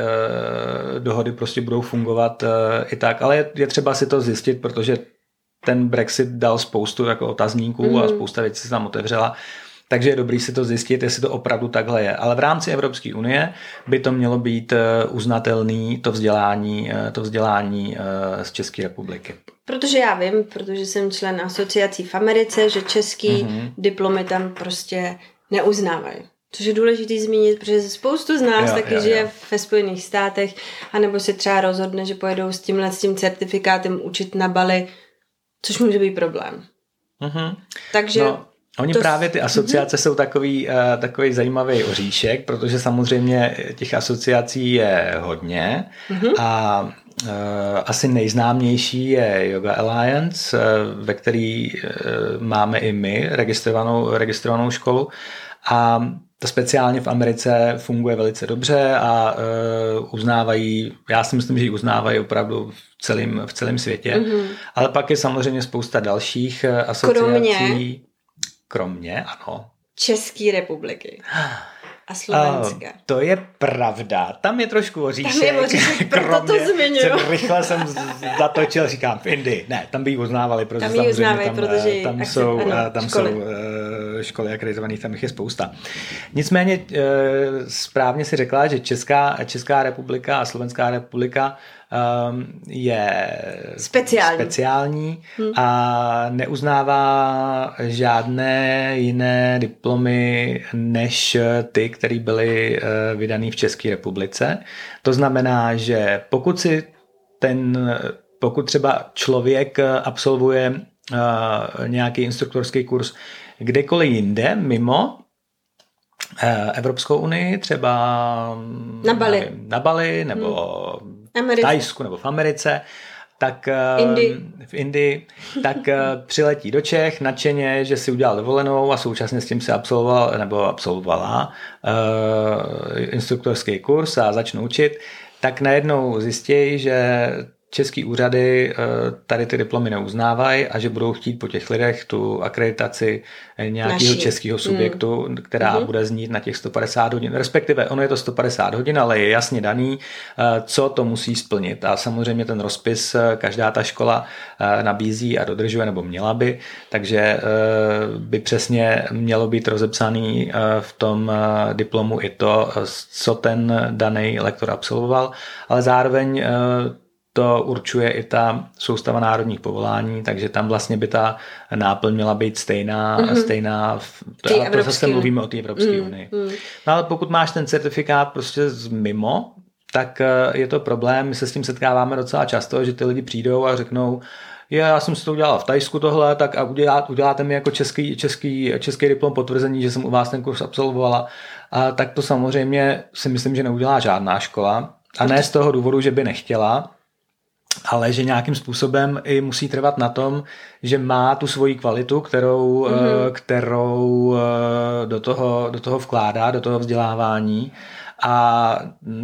[SPEAKER 3] dohody prostě budou fungovat i tak, ale je, je třeba si to zjistit, protože ten Brexit dal spoustu jako otazníků mm-hmm. a spousta věcí se tam otevřela. Takže je dobrý si to zjistit, jestli to opravdu takhle je. Ale v rámci Evropské unie by to mělo být uznatelný to vzdělání, to vzdělání z České republiky.
[SPEAKER 2] Protože já vím, protože jsem člen asociací v Americe, že český mm-hmm. diplomy tam prostě neuznávají. Což je důležitý zmínit, protože spoustu z nás jo, taky jo, žije jo. ve Spojených státech, anebo si třeba rozhodne, že pojedou s tímhle s tím certifikátem učit na Bali, což může být problém. Mm-hmm. Takže...
[SPEAKER 3] No. Oni to právě ty asociace mm-hmm. jsou takový, uh, takový zajímavý oříšek, protože samozřejmě těch asociací je hodně mm-hmm. a uh, asi nejznámější je Yoga Alliance, uh, ve který uh, máme i my registrovanou, registrovanou školu a to speciálně v Americe funguje velice dobře a uh, uznávají, já si myslím, že ji uznávají opravdu v celém, v celém světě, mm-hmm. ale pak je samozřejmě spousta dalších uh, asociací.
[SPEAKER 2] Kromě
[SPEAKER 3] Kromě, ano.
[SPEAKER 2] České republiky a Slovenska.
[SPEAKER 3] Uh, to je pravda. Tam je trošku oříšek.
[SPEAKER 2] Tam je oříšek, proto to zmiňuji.
[SPEAKER 3] Rychle jsem zatočil, říkám v Indii. Ne, tam by ji uznávali, protože
[SPEAKER 2] tam
[SPEAKER 3] samozřejmě
[SPEAKER 2] uznávají,
[SPEAKER 3] tam,
[SPEAKER 2] protože
[SPEAKER 3] tam jsou, ano, tam školy. jsou uh, školy akreditovaných, tam jich je spousta. Nicméně uh, správně si řekla, že Česká, Česká republika a Slovenská republika Um, je
[SPEAKER 2] speciální,
[SPEAKER 3] speciální hmm. a neuznává žádné jiné diplomy než ty, které byly uh, vydané v České republice. To znamená, že pokud si ten, pokud třeba člověk absolvuje uh, nějaký instruktorský kurz kdekoliv jinde mimo uh, Evropskou unii, třeba
[SPEAKER 2] na Bali,
[SPEAKER 3] nevím, na Bali nebo hmm.
[SPEAKER 2] Americe.
[SPEAKER 3] v Thajsku nebo v Americe, tak
[SPEAKER 2] Indii.
[SPEAKER 3] v Indii, tak přiletí do Čech nadšeně, že si udělal dovolenou a současně s tím se absolvoval nebo absolvovala uh, instruktorský kurz a začnou učit, tak najednou zjistí, že český úřady tady ty diplomy neuznávají a že budou chtít po těch lidech tu akreditaci nějakého českého subjektu, mm. která mm. bude znít na těch sto padesát hodin. Respektive ono je to sto padesát hodin, ale je jasně daný, co to musí splnit. A samozřejmě ten rozpis každá ta škola nabízí a dodržuje, nebo měla by, takže by přesně mělo být rozepsaný v tom diplomu i to, co ten daný lektor absolvoval, ale zároveň to určuje i ta soustava národních povolání, takže tam vlastně by ta náplň měla být stejná, mm-hmm. stejná v, to, a to zase mluvíme o té Evropské mm-hmm. unii. No ale pokud máš ten certifikát prostě z mimo, tak je to problém, my se s tím setkáváme docela často, že ty lidi přijdou a řeknou, já jsem si to udělala v Thajsku tohle, tak a udělá, uděláte mi jako český, český, český diplom potvrzení, že jsem u vás ten kurz absolvovala, a tak to samozřejmě si myslím, že neudělá žádná škola. A ne z toho důvodu, že by nechtěla, ale že nějakým způsobem i musí trvat na tom, že má tu svoji kvalitu, kterou, mm-hmm. kterou do toho, do toho vkládá, do toho vzdělávání, a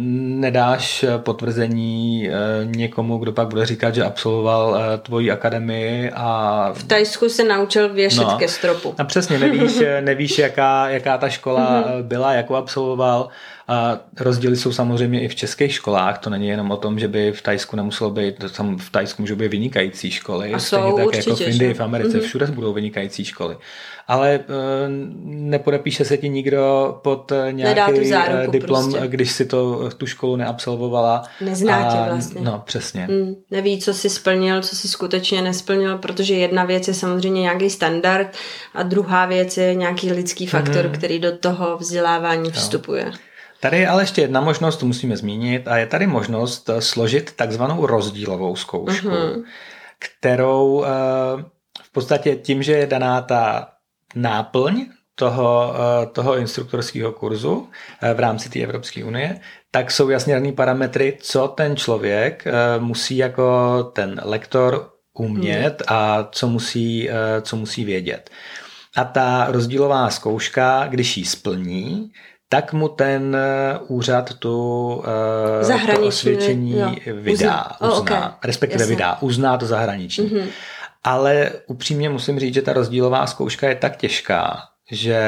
[SPEAKER 3] nedáš potvrzení někomu, kdo pak bude říkat, že absolvoval tvoji akademii a...
[SPEAKER 2] V Thajsku se naučil věšet
[SPEAKER 3] no,
[SPEAKER 2] ke stropu.
[SPEAKER 3] A přesně, nevíš, nevíš jaká, jaká ta škola mm-hmm. byla, jakou absolvoval. A rozdíly jsou samozřejmě i v českých školách, to není jenom o tom, že by v Thajsku nemuselo být, tam v Thajsku můžou být vynikající školy,
[SPEAKER 2] a
[SPEAKER 3] stejně
[SPEAKER 2] jsou,
[SPEAKER 3] tak
[SPEAKER 2] určitě,
[SPEAKER 3] jako v Indii, v Americe,
[SPEAKER 2] mm-hmm.
[SPEAKER 3] všude budou vynikající školy. Ale e, nepodepíše se ti nikdo pod nějaký diplom, prostě. Když si to, tu školu neabsolvovala.
[SPEAKER 2] Nezná tě vlastně.
[SPEAKER 3] No, přesně.
[SPEAKER 2] Mm, neví, co jsi splnil, co jsi skutečně nesplnil, protože jedna věc je samozřejmě nějaký standard a druhá věc je nějaký lidský faktor, mm. který do toho vzdělávání vstupuje. Jo.
[SPEAKER 3] Tady je ale ještě jedna možnost, tu musíme zmínit, a je tady možnost složit takzvanou rozdílovou zkoušku, mm-hmm. kterou v podstatě tím, že je daná ta náplň toho, toho instruktorského kurzu v rámci té Evropské unie, tak jsou jasně daný parametry, co ten člověk musí jako ten lektor umět mm. a co musí, co musí vědět. A ta rozdílová zkouška, když ji splní, tak mu ten úřad tu to osvědčení jo, vydá, uzná, uzná, oh, okay. respektive Jasně. vydá, uzná to zahraniční. Mm-hmm. Ale upřímně musím říct, že ta rozdílová zkouška je tak těžká, že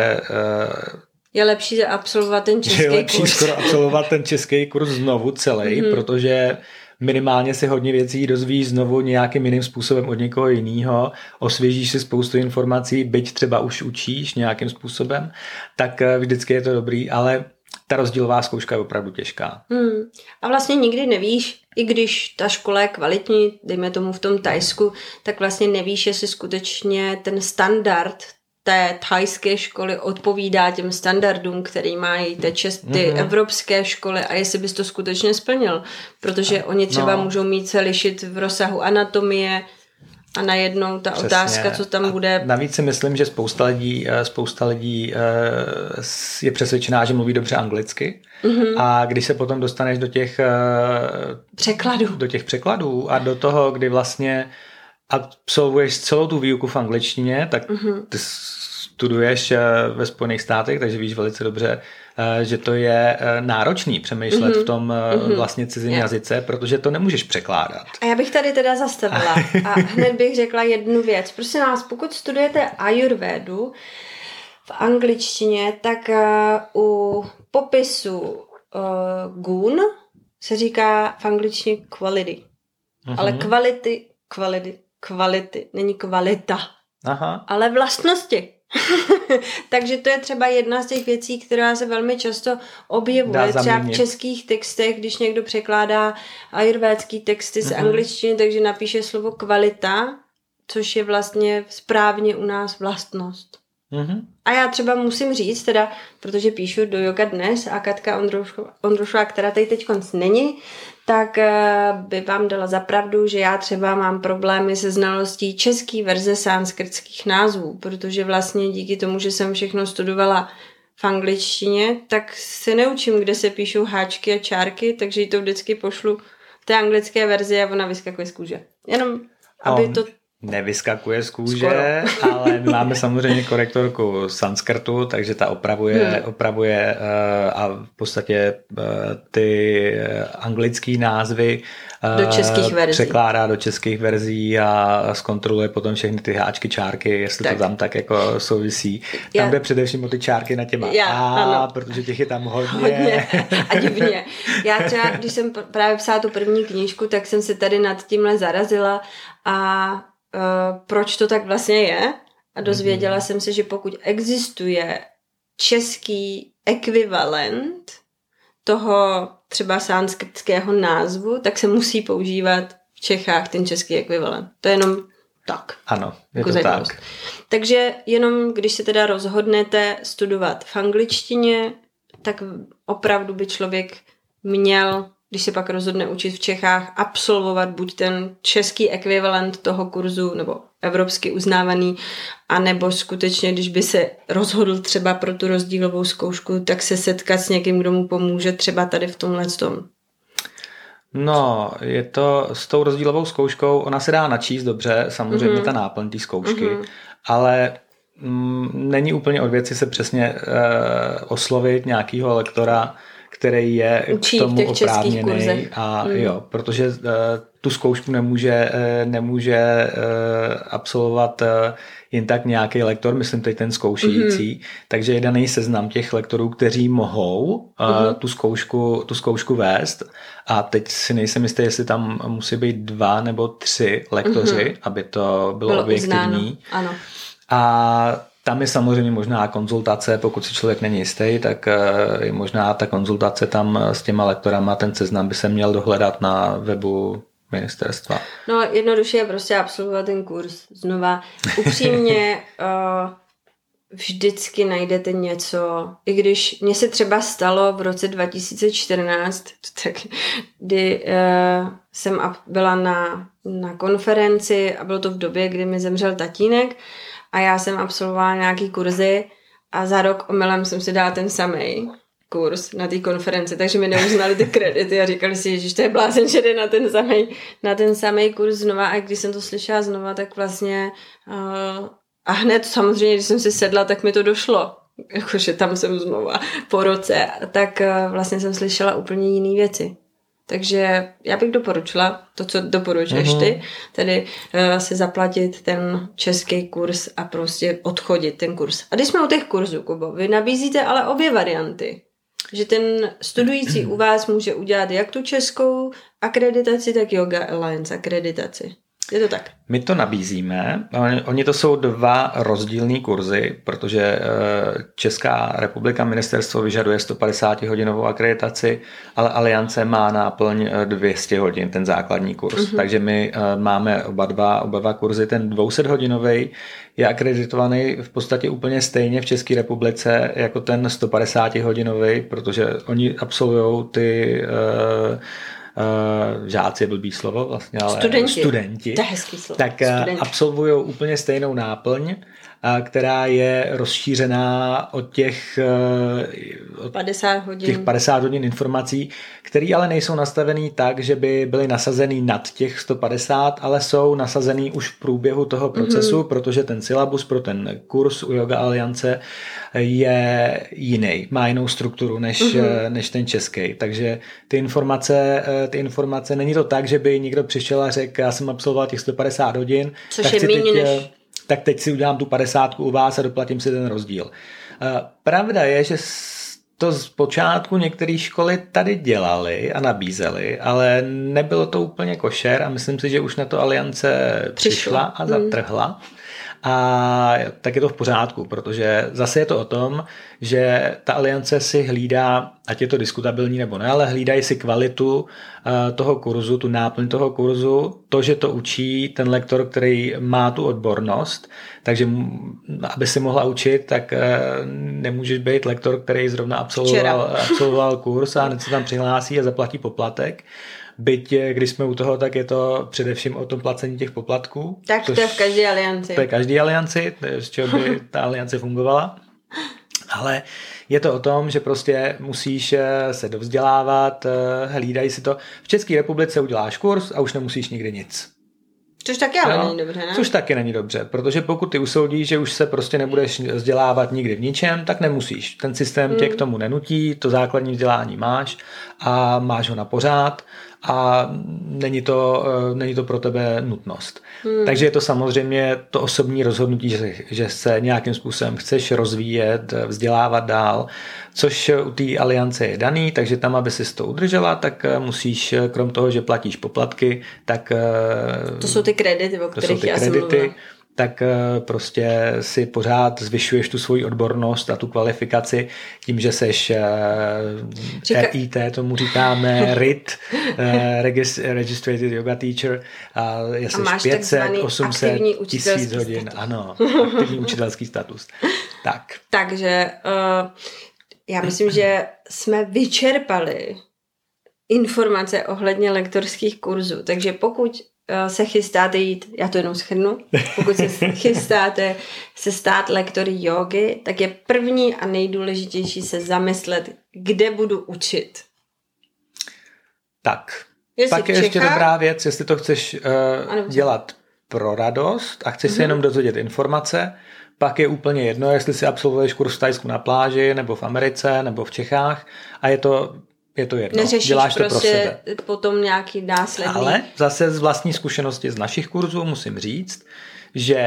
[SPEAKER 2] je lepší absolvovat ten český kurz.
[SPEAKER 3] Je lepší
[SPEAKER 2] kurz.
[SPEAKER 3] skoro absolvovat ten český kurz znovu celý, mm-hmm. protože minimálně si hodně věcí dozvíš znovu nějakým jiným způsobem od někoho jiného, osvěžíš si spoustu informací, byť třeba už učíš nějakým způsobem, tak vždycky je to dobrý, ale ta rozdílová zkouška je opravdu těžká.
[SPEAKER 2] Hmm. A vlastně nikdy nevíš, i když ta škola je kvalitní, dejme tomu v tom Thajsku, tak vlastně nevíš, jestli skutečně ten standard té thajské školy odpovídá těm standardům, který mají ty, čes, ty mm-hmm. evropské školy, a jestli bys to skutečně splnil. Protože a, oni třeba no. můžou mít se lišit v rozsahu anatomie a najednou ta Přesně. otázka, co tam bude.
[SPEAKER 3] A navíc si myslím, že spousta lidí, spousta lidí je přesvědčená, že mluví dobře anglicky, mm-hmm. a když se potom dostaneš do těch
[SPEAKER 2] překladů,
[SPEAKER 3] do těch překladů a do toho, kdy vlastně absolvuješ celou tu výuku v angličtině, tak mm-hmm. ty studuješ ve Spojených státech, takže víš velice dobře, že to je náročný přemýšlet mm-hmm. v tom mm-hmm. vlastně cizím yeah. jazyce, protože to nemůžeš překládat.
[SPEAKER 2] A já bych tady teda zastavila a hned bych řekla jednu věc. Prosím nás, pokud studujete ajurvédu v angličtině, tak u popisu uh, gun se říká v angličtině quality. Mm-hmm. Ale kvality, kvality, kvality, není kvalita,
[SPEAKER 3] Aha.
[SPEAKER 2] ale vlastnosti. Takže to je třeba jedna z těch věcí, která se velmi často objevuje třeba v českých textech, když někdo překládá ajurvédský texty z mm-hmm. angličtiny, takže napíše slovo kvalita, což je vlastně správně u nás vlastnost. Mm-hmm. A já třeba musím říct, teda, protože píšu do Yoga Dnes a Katka Ondrušová, která tady teď konc není, tak by vám dala za pravdu, že já třeba mám problémy se znalostí české verze sanskrtských názvů, protože vlastně díky tomu, že jsem všechno studovala v angličtině, tak se neučím, kde se píšou háčky a čárky, takže ji to vždycky pošlu v té anglické verzi a ona vyskakuje z kůže. Jenom, aby to
[SPEAKER 3] nevyskakuje z kůže, Skoro. Ale my máme samozřejmě korektorku sanskrtu, takže ta opravuje, hmm. opravuje uh, a v podstatě uh, ty anglické názvy uh,
[SPEAKER 2] do českých verzí.
[SPEAKER 3] Překládá do českých verzí a zkontroluje potom všechny ty háčky, čárky, jestli tak. to tam tak jako souvisí. Tam Já... jde především o ty čárky na těma Já, a, ano. protože těch je tam hodně.
[SPEAKER 2] hodně. A divně. Já třeba, když jsem právě psala tu první knížku, tak jsem se tady nad tímhle zarazila a uh, proč to tak vlastně je? A dozvěděla mm-hmm. jsem se, že pokud existuje český ekvivalent toho třeba sanskrtského názvu, tak se musí používat v Čechách ten český ekvivalent. To je jenom tak.
[SPEAKER 3] Ano, je jako to zajímavost. Tak.
[SPEAKER 2] Takže jenom když se teda rozhodnete studovat v angličtině, tak opravdu by člověk měl, když se pak rozhodne učit v Čechách, absolvovat buď ten český ekvivalent toho kurzu, nebo evropsky uznávaný, anebo skutečně, když by se rozhodl třeba pro tu rozdílovou zkoušku, tak se setkat s někým, kdo mu pomůže třeba tady v tomhle tom.
[SPEAKER 3] No, je to s tou rozdílovou zkouškou, ona se dá načíst dobře, samozřejmě mm-hmm. ta náplň té zkoušky, mm-hmm. ale mm, není úplně od věci se přesně uh, oslovit nějakého lektora, který je
[SPEAKER 2] Učí
[SPEAKER 3] k tomu
[SPEAKER 2] oprávněný.
[SPEAKER 3] A mm. jo, protože uh, tu zkoušku nemůže, uh, nemůže uh, absolvovat uh, jen tak nějaký lektor, myslím teď ten zkoušející, mm-hmm. takže je daný seznam těch lektorů, kteří mohou uh, mm-hmm. tu, zkoušku, tu zkoušku vést a teď si nejsem jistý, jestli tam musí být dva nebo tři lektoři, mm-hmm. aby to bylo, bylo objektivní.
[SPEAKER 2] Ano.
[SPEAKER 3] A tam je samozřejmě možná konzultace, pokud si člověk není jistý, tak je možná ta konzultace tam s těma lektorama, ten seznam by se měl dohledat na webu ministerstva.
[SPEAKER 2] No jednoduše je prostě absolvovat ten kurz znova. Upřímně uh, vždycky najdete něco, i když mně se třeba stalo v roce dva tisíce čtrnáct, tak, kdy uh, jsem byla na, na konferenci a bylo to v době, kdy mi zemřel tatínek, a já jsem absolvovala nějaký kurzy a za rok omylem jsem si dala ten samej kurz na té konferenci, takže mi neuznali ty kredity a říkali si, že to je blázen, že jde na ten samej, na ten samej kurz znova a když jsem to slyšela znova, tak vlastně uh, a hned samozřejmě, když jsem si sedla, tak mi to došlo, jakože tam jsem znova po roce, tak uh, vlastně jsem slyšela úplně jiné věci. Takže já bych doporučila to, co doporučuješ uh-huh. ty, tedy uh, si zaplatit ten český kurz a prostě odchodit ten kurz. A když jsme u těch kurzů, Kubo, vy nabízíte ale obě varianty. Že ten studující u vás může udělat jak tu českou akreditaci, tak Yoga Alliance akreditaci. Je to tak?
[SPEAKER 3] My to nabízíme. Oni to jsou dva rozdílný kurzy, protože Česká republika ministerstvo vyžaduje sto padesát hodinovou akreditaci, ale Aliance má náplň dvě stě hodin, ten základní kurz. Uh-huh. Takže my máme oba dva, oba dva kurzy. Ten dvě stě hodinový je akreditovaný v podstatě úplně stejně v České republice jako ten sto padesát hodinový, protože oni absolvují ty uh, Uh, žáci je blbý slovo vlastně, ale
[SPEAKER 2] studenti,
[SPEAKER 3] studenti
[SPEAKER 2] to je hezký slovo.
[SPEAKER 3] tak studenti. absolvují úplně stejnou náplň, uh, která je rozšířená od těch, uh, od
[SPEAKER 2] padesát hodin.
[SPEAKER 3] těch padesát hodin informací, které ale nejsou nastavený tak, že by byly nasazený nad těch sto padesát, ale jsou nasazený už v průběhu toho procesu, mm-hmm. protože ten syllabus pro ten kurz u Yoga Aliance je jiný, má jinou strukturu než, mm-hmm. než ten český. Takže ty informace, ty informace, není to tak, že by někdo přišel a řekl, já jsem absolvoval těch sto padesát hodin,
[SPEAKER 2] což
[SPEAKER 3] tak,
[SPEAKER 2] je
[SPEAKER 3] si
[SPEAKER 2] méně
[SPEAKER 3] teď,
[SPEAKER 2] než...
[SPEAKER 3] tak teď si udělám tu padesátku u vás a doplatím si ten rozdíl. Pravda je, že to z počátku některé školy tady dělali a nabízeli, ale nebylo to úplně košer a myslím si, že už na to Aliance přišla a zatrhla. Mm. A tak je to v pořádku, protože zase je to o tom, že ta Aliance si hlídá, ať je to diskutabilní nebo ne, ale hlídají si kvalitu toho kurzu, tu náplň toho kurzu, to, že to učí ten lektor, který má tu odbornost, takže aby si mohla učit, tak nemůžeš být lektor, který zrovna absolvoval, absolvoval kurz a hned se tam přihlásí a zaplatí poplatek. Byť, když jsme u toho, tak je to především o tom placení těch poplatků.
[SPEAKER 2] Tak to je v každé alianci.
[SPEAKER 3] To je každé alianci, z čeho by ta aliance fungovala. Ale je to o tom, že prostě musíš se dovzdělávat, hlídají si to. V České republice uděláš kurz a už nemusíš nikdy nic.
[SPEAKER 2] Což taky ale no, není dobře, ne?
[SPEAKER 3] Což taky není dobře, protože pokud ty usoudíš, že už se prostě nebudeš vzdělávat nikdy v ničem, tak nemusíš. Ten systém hmm. tě k tomu nenutí, to základní vzdělání máš a máš ho na pořád a není to, není to pro tebe nutnost. Hmm. Takže je to samozřejmě to osobní rozhodnutí, že, že se nějakým způsobem chceš rozvíjet, vzdělávat dál, což u té aliance je daný, takže tam, aby si to udržela, tak musíš, krom toho, že platíš poplatky, tak...
[SPEAKER 2] To jsou ty kredity, o kterých já jsem mluvila.
[SPEAKER 3] Tak prostě si pořád zvyšuješ tu svoji odbornost a tu kvalifikaci tím, že seš Říka... R I T, tomu říkáme R I T, Registered Yoga Teacher, a jsi pět set, osm set, tisíc hodin. Ano, aktivní učitelský status. Tak.
[SPEAKER 2] Takže uh, já myslím, že jsme vyčerpali informace ohledně lektorských kurzů, takže pokud se chystáte jít, já to jenom shrnu, pokud se chystáte se stát lektory jógy, tak je první a nejdůležitější se zamyslet, kde budu učit.
[SPEAKER 3] Tak, jestli pak je ještě dobrá věc, jestli to chceš uh, dělat pro radost a chceš mm-hmm. se jenom dozvědět informace, pak je úplně jedno, jestli si absolvuješ kurz v Thajsku na pláži, nebo v Americe, nebo v Čechách a je to Je to jedno.
[SPEAKER 2] Neřešíš
[SPEAKER 3] děláš to
[SPEAKER 2] prostě
[SPEAKER 3] pro sebe.
[SPEAKER 2] Potom nějaký následný.
[SPEAKER 3] Ale zase z vlastní zkušenosti z našich kurzů musím říct, že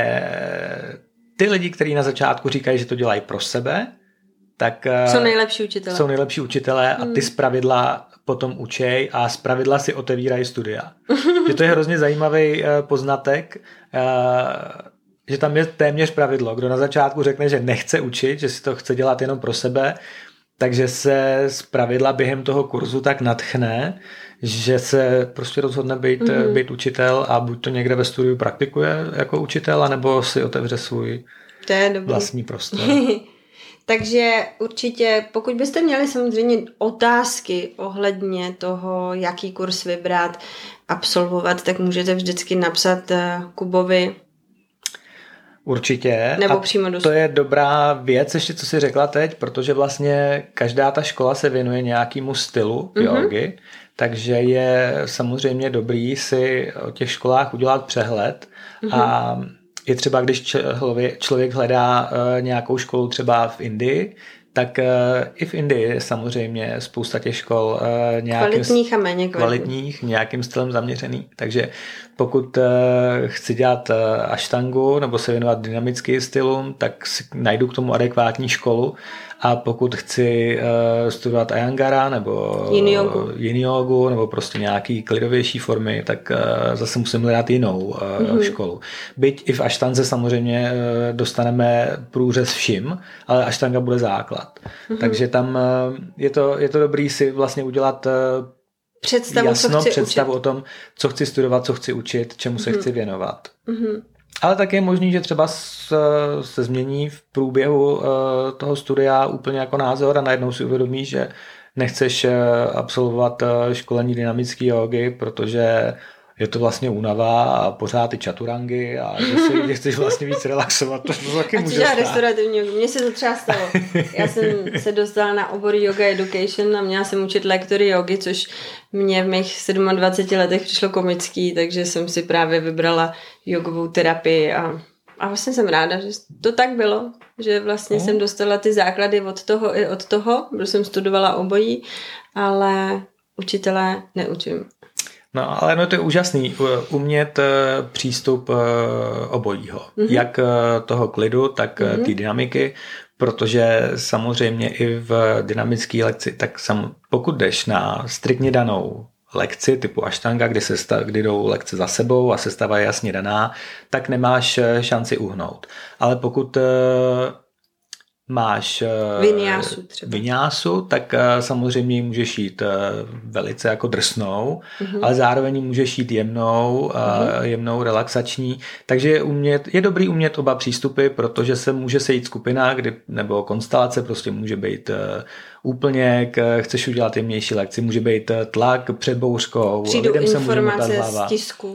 [SPEAKER 3] ty lidi, kteří na začátku říkají, že to dělají pro sebe, tak
[SPEAKER 2] jsou nejlepší učitelé.
[SPEAKER 3] Jsou nejlepší učitelé a ty zpravidla potom učej a zpravidla si otevírají studia. Že to je hrozně zajímavý poznatek, že tam je téměř pravidlo. Kdo na začátku řekne, že nechce učit, že si to chce dělat jenom pro sebe, takže se zpravidla během toho kurzu tak nadchne, že se prostě rozhodne být, mm. být učitel a buď to někde ve studiu praktikuje jako učitel, anebo si otevře svůj vlastní prostor.
[SPEAKER 2] Takže určitě, pokud byste měli samozřejmě otázky ohledně toho, jaký kurz vybrat, absolvovat, tak můžete vždycky napsat Kubovi.
[SPEAKER 3] Určitě.
[SPEAKER 2] Nebo
[SPEAKER 3] a
[SPEAKER 2] přímo do...
[SPEAKER 3] to je dobrá věc, ještě co jsi řekla teď, protože vlastně každá ta škola se věnuje nějakému stylu mm-hmm. jógy, takže je samozřejmě dobrý si o těch školách udělat přehled mm-hmm. a je třeba, když člověk, člověk hledá nějakou školu třeba v Indii, tak i v Indii je samozřejmě spousta těch škol nějakým,
[SPEAKER 2] kvalitních a méně
[SPEAKER 3] kvalitních, nějakým stylem zaměřený. Takže pokud chci dělat aštangu nebo se věnovat dynamickým stylům, tak si najdu k tomu adekvátní školu. A pokud chci uh, studovat Ayangara nebo yin jogu nebo prostě nějaký klidovější formy, tak uh, zase musím hledat jinou uh, mm-hmm. školu. Byť i v aštanze samozřejmě uh, dostaneme průřez všim, ale aštanga bude základ. Mm-hmm. Takže tam uh, je, to, je to dobrý si vlastně udělat uh,
[SPEAKER 2] představu,
[SPEAKER 3] jasno,
[SPEAKER 2] co
[SPEAKER 3] představu
[SPEAKER 2] učit.
[SPEAKER 3] o tom, co chci studovat, co chci učit, čemu se mm-hmm. chci věnovat.
[SPEAKER 2] Mm-hmm.
[SPEAKER 3] Ale tak je možný, že třeba se změní v průběhu toho studia úplně jako názor a najednou si uvědomíš, že nechceš absolvovat školení dynamické jógy, protože je to vlastně únava a pořád ty čaturangy a že si že chceš vlastně víc relaxovat. To, to taky
[SPEAKER 2] a
[SPEAKER 3] může stát.
[SPEAKER 2] Restaurativní jogu. Mně se to třeba stalo. Já jsem se dostala na obor Yoga Education a měla jsem učit lektory jogy, což mě v mých dvaceti sedmi letech přišlo komický, takže jsem si právě vybrala jogovou terapii a, a vlastně jsem ráda, že to tak bylo, že vlastně mm. jsem dostala ty základy od toho i od toho, protože jsem studovala obojí, ale učitelé neučím.
[SPEAKER 3] No, ale no, to je úžasný, umět přístup obojího. Mm-hmm. Jak toho klidu, tak mm-hmm. té dynamiky, protože samozřejmě i v dynamické lekci, tak sam, pokud jdeš na striktně danou lekci typu aštanga, kdy, se stav, kdy jdou lekce za sebou a sestava je jasně daná, tak nemáš šanci uhnout. Ale pokud máš
[SPEAKER 2] vinyásu, třeba.
[SPEAKER 3] vinyásu, tak samozřejmě ji můžeš jít velice jako drsnou, mm-hmm. ale zároveň můžeš jít jemnou, mm-hmm. jemnou, relaxační. Takže je, umět, je dobrý umět oba přístupy, protože se může sejít skupina, kdy, nebo konstelace prostě může být úplně, chceš udělat jemnější lekci, může být tlak před bouřkou,
[SPEAKER 2] přijdou
[SPEAKER 3] lidem se může
[SPEAKER 2] informace
[SPEAKER 3] motat hlava.
[SPEAKER 2] z tisku.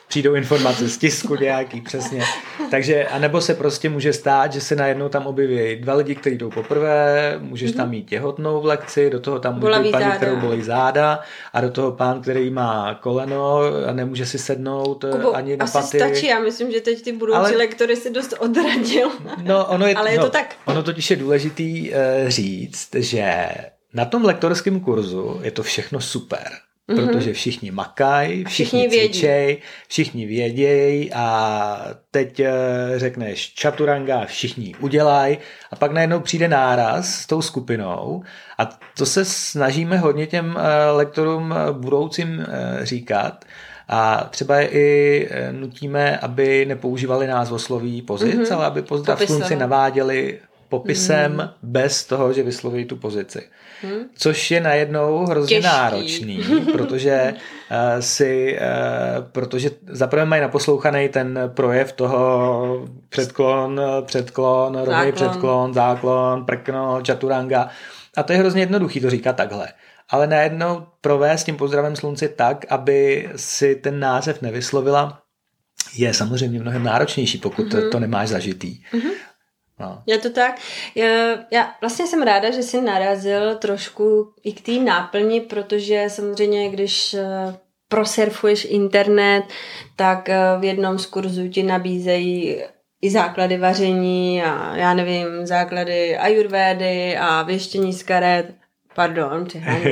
[SPEAKER 3] přijdou informace z tisku nějaký, přesně. Takže, anebo se prostě může stát, že se najednou tam objeví dva lidi, kteří jdou poprvé, můžeš mm-hmm. tam mít těhotnou v lekci, do toho tam může být paní, záda. kterou bolí záda, a do toho pán, který má koleno a nemůže si sednout Kubo, ani na
[SPEAKER 2] asi
[SPEAKER 3] paty.
[SPEAKER 2] Stačí, já myslím, že teď ty budoucí ale, lektory si dost odradil.
[SPEAKER 3] No, ono je,
[SPEAKER 2] ale je
[SPEAKER 3] no,
[SPEAKER 2] to tak.
[SPEAKER 3] Ono totiž je důležitý uh, říct, že na tom lektorském kurzu je to všechno super. Mm-hmm. Protože všichni makají, všichni, všichni cvičej, všichni vědějí a teď řekneš chaturanga, všichni udělají a pak najednou přijde náraz s tou skupinou a to se snažíme hodně těm lektorům budoucím říkat a třeba i nutíme, aby nepoužívali názvosloví pozic, mm-hmm. ale aby pozdrav slunci naváděli popisem mm. bez toho, že vysloví tu pozici. Hmm. Což je najednou hrozně Těžký. náročný, protože uh, si, uh, protože zaprvé mají naposlouchaný ten projev toho předklon, předklon, rovný předklon, záklon, prkno, chaturanga a to je hrozně jednoduchý to říkat takhle. Ale najednou provést tím pozdravem slunci tak, aby si ten název nevyslovila, je samozřejmě mnohem náročnější, pokud mm-hmm. to nemáš zažitý. Mm-hmm. No.
[SPEAKER 2] Je to tak. Já, já vlastně jsem ráda, že jsi narazil trošku i k té náplni, protože samozřejmě, když prosurfuješ internet, tak v jednom z kurzů ti nabízejí i základy vaření a já nevím, základy ajurvédy a věštění z karet. Pardon,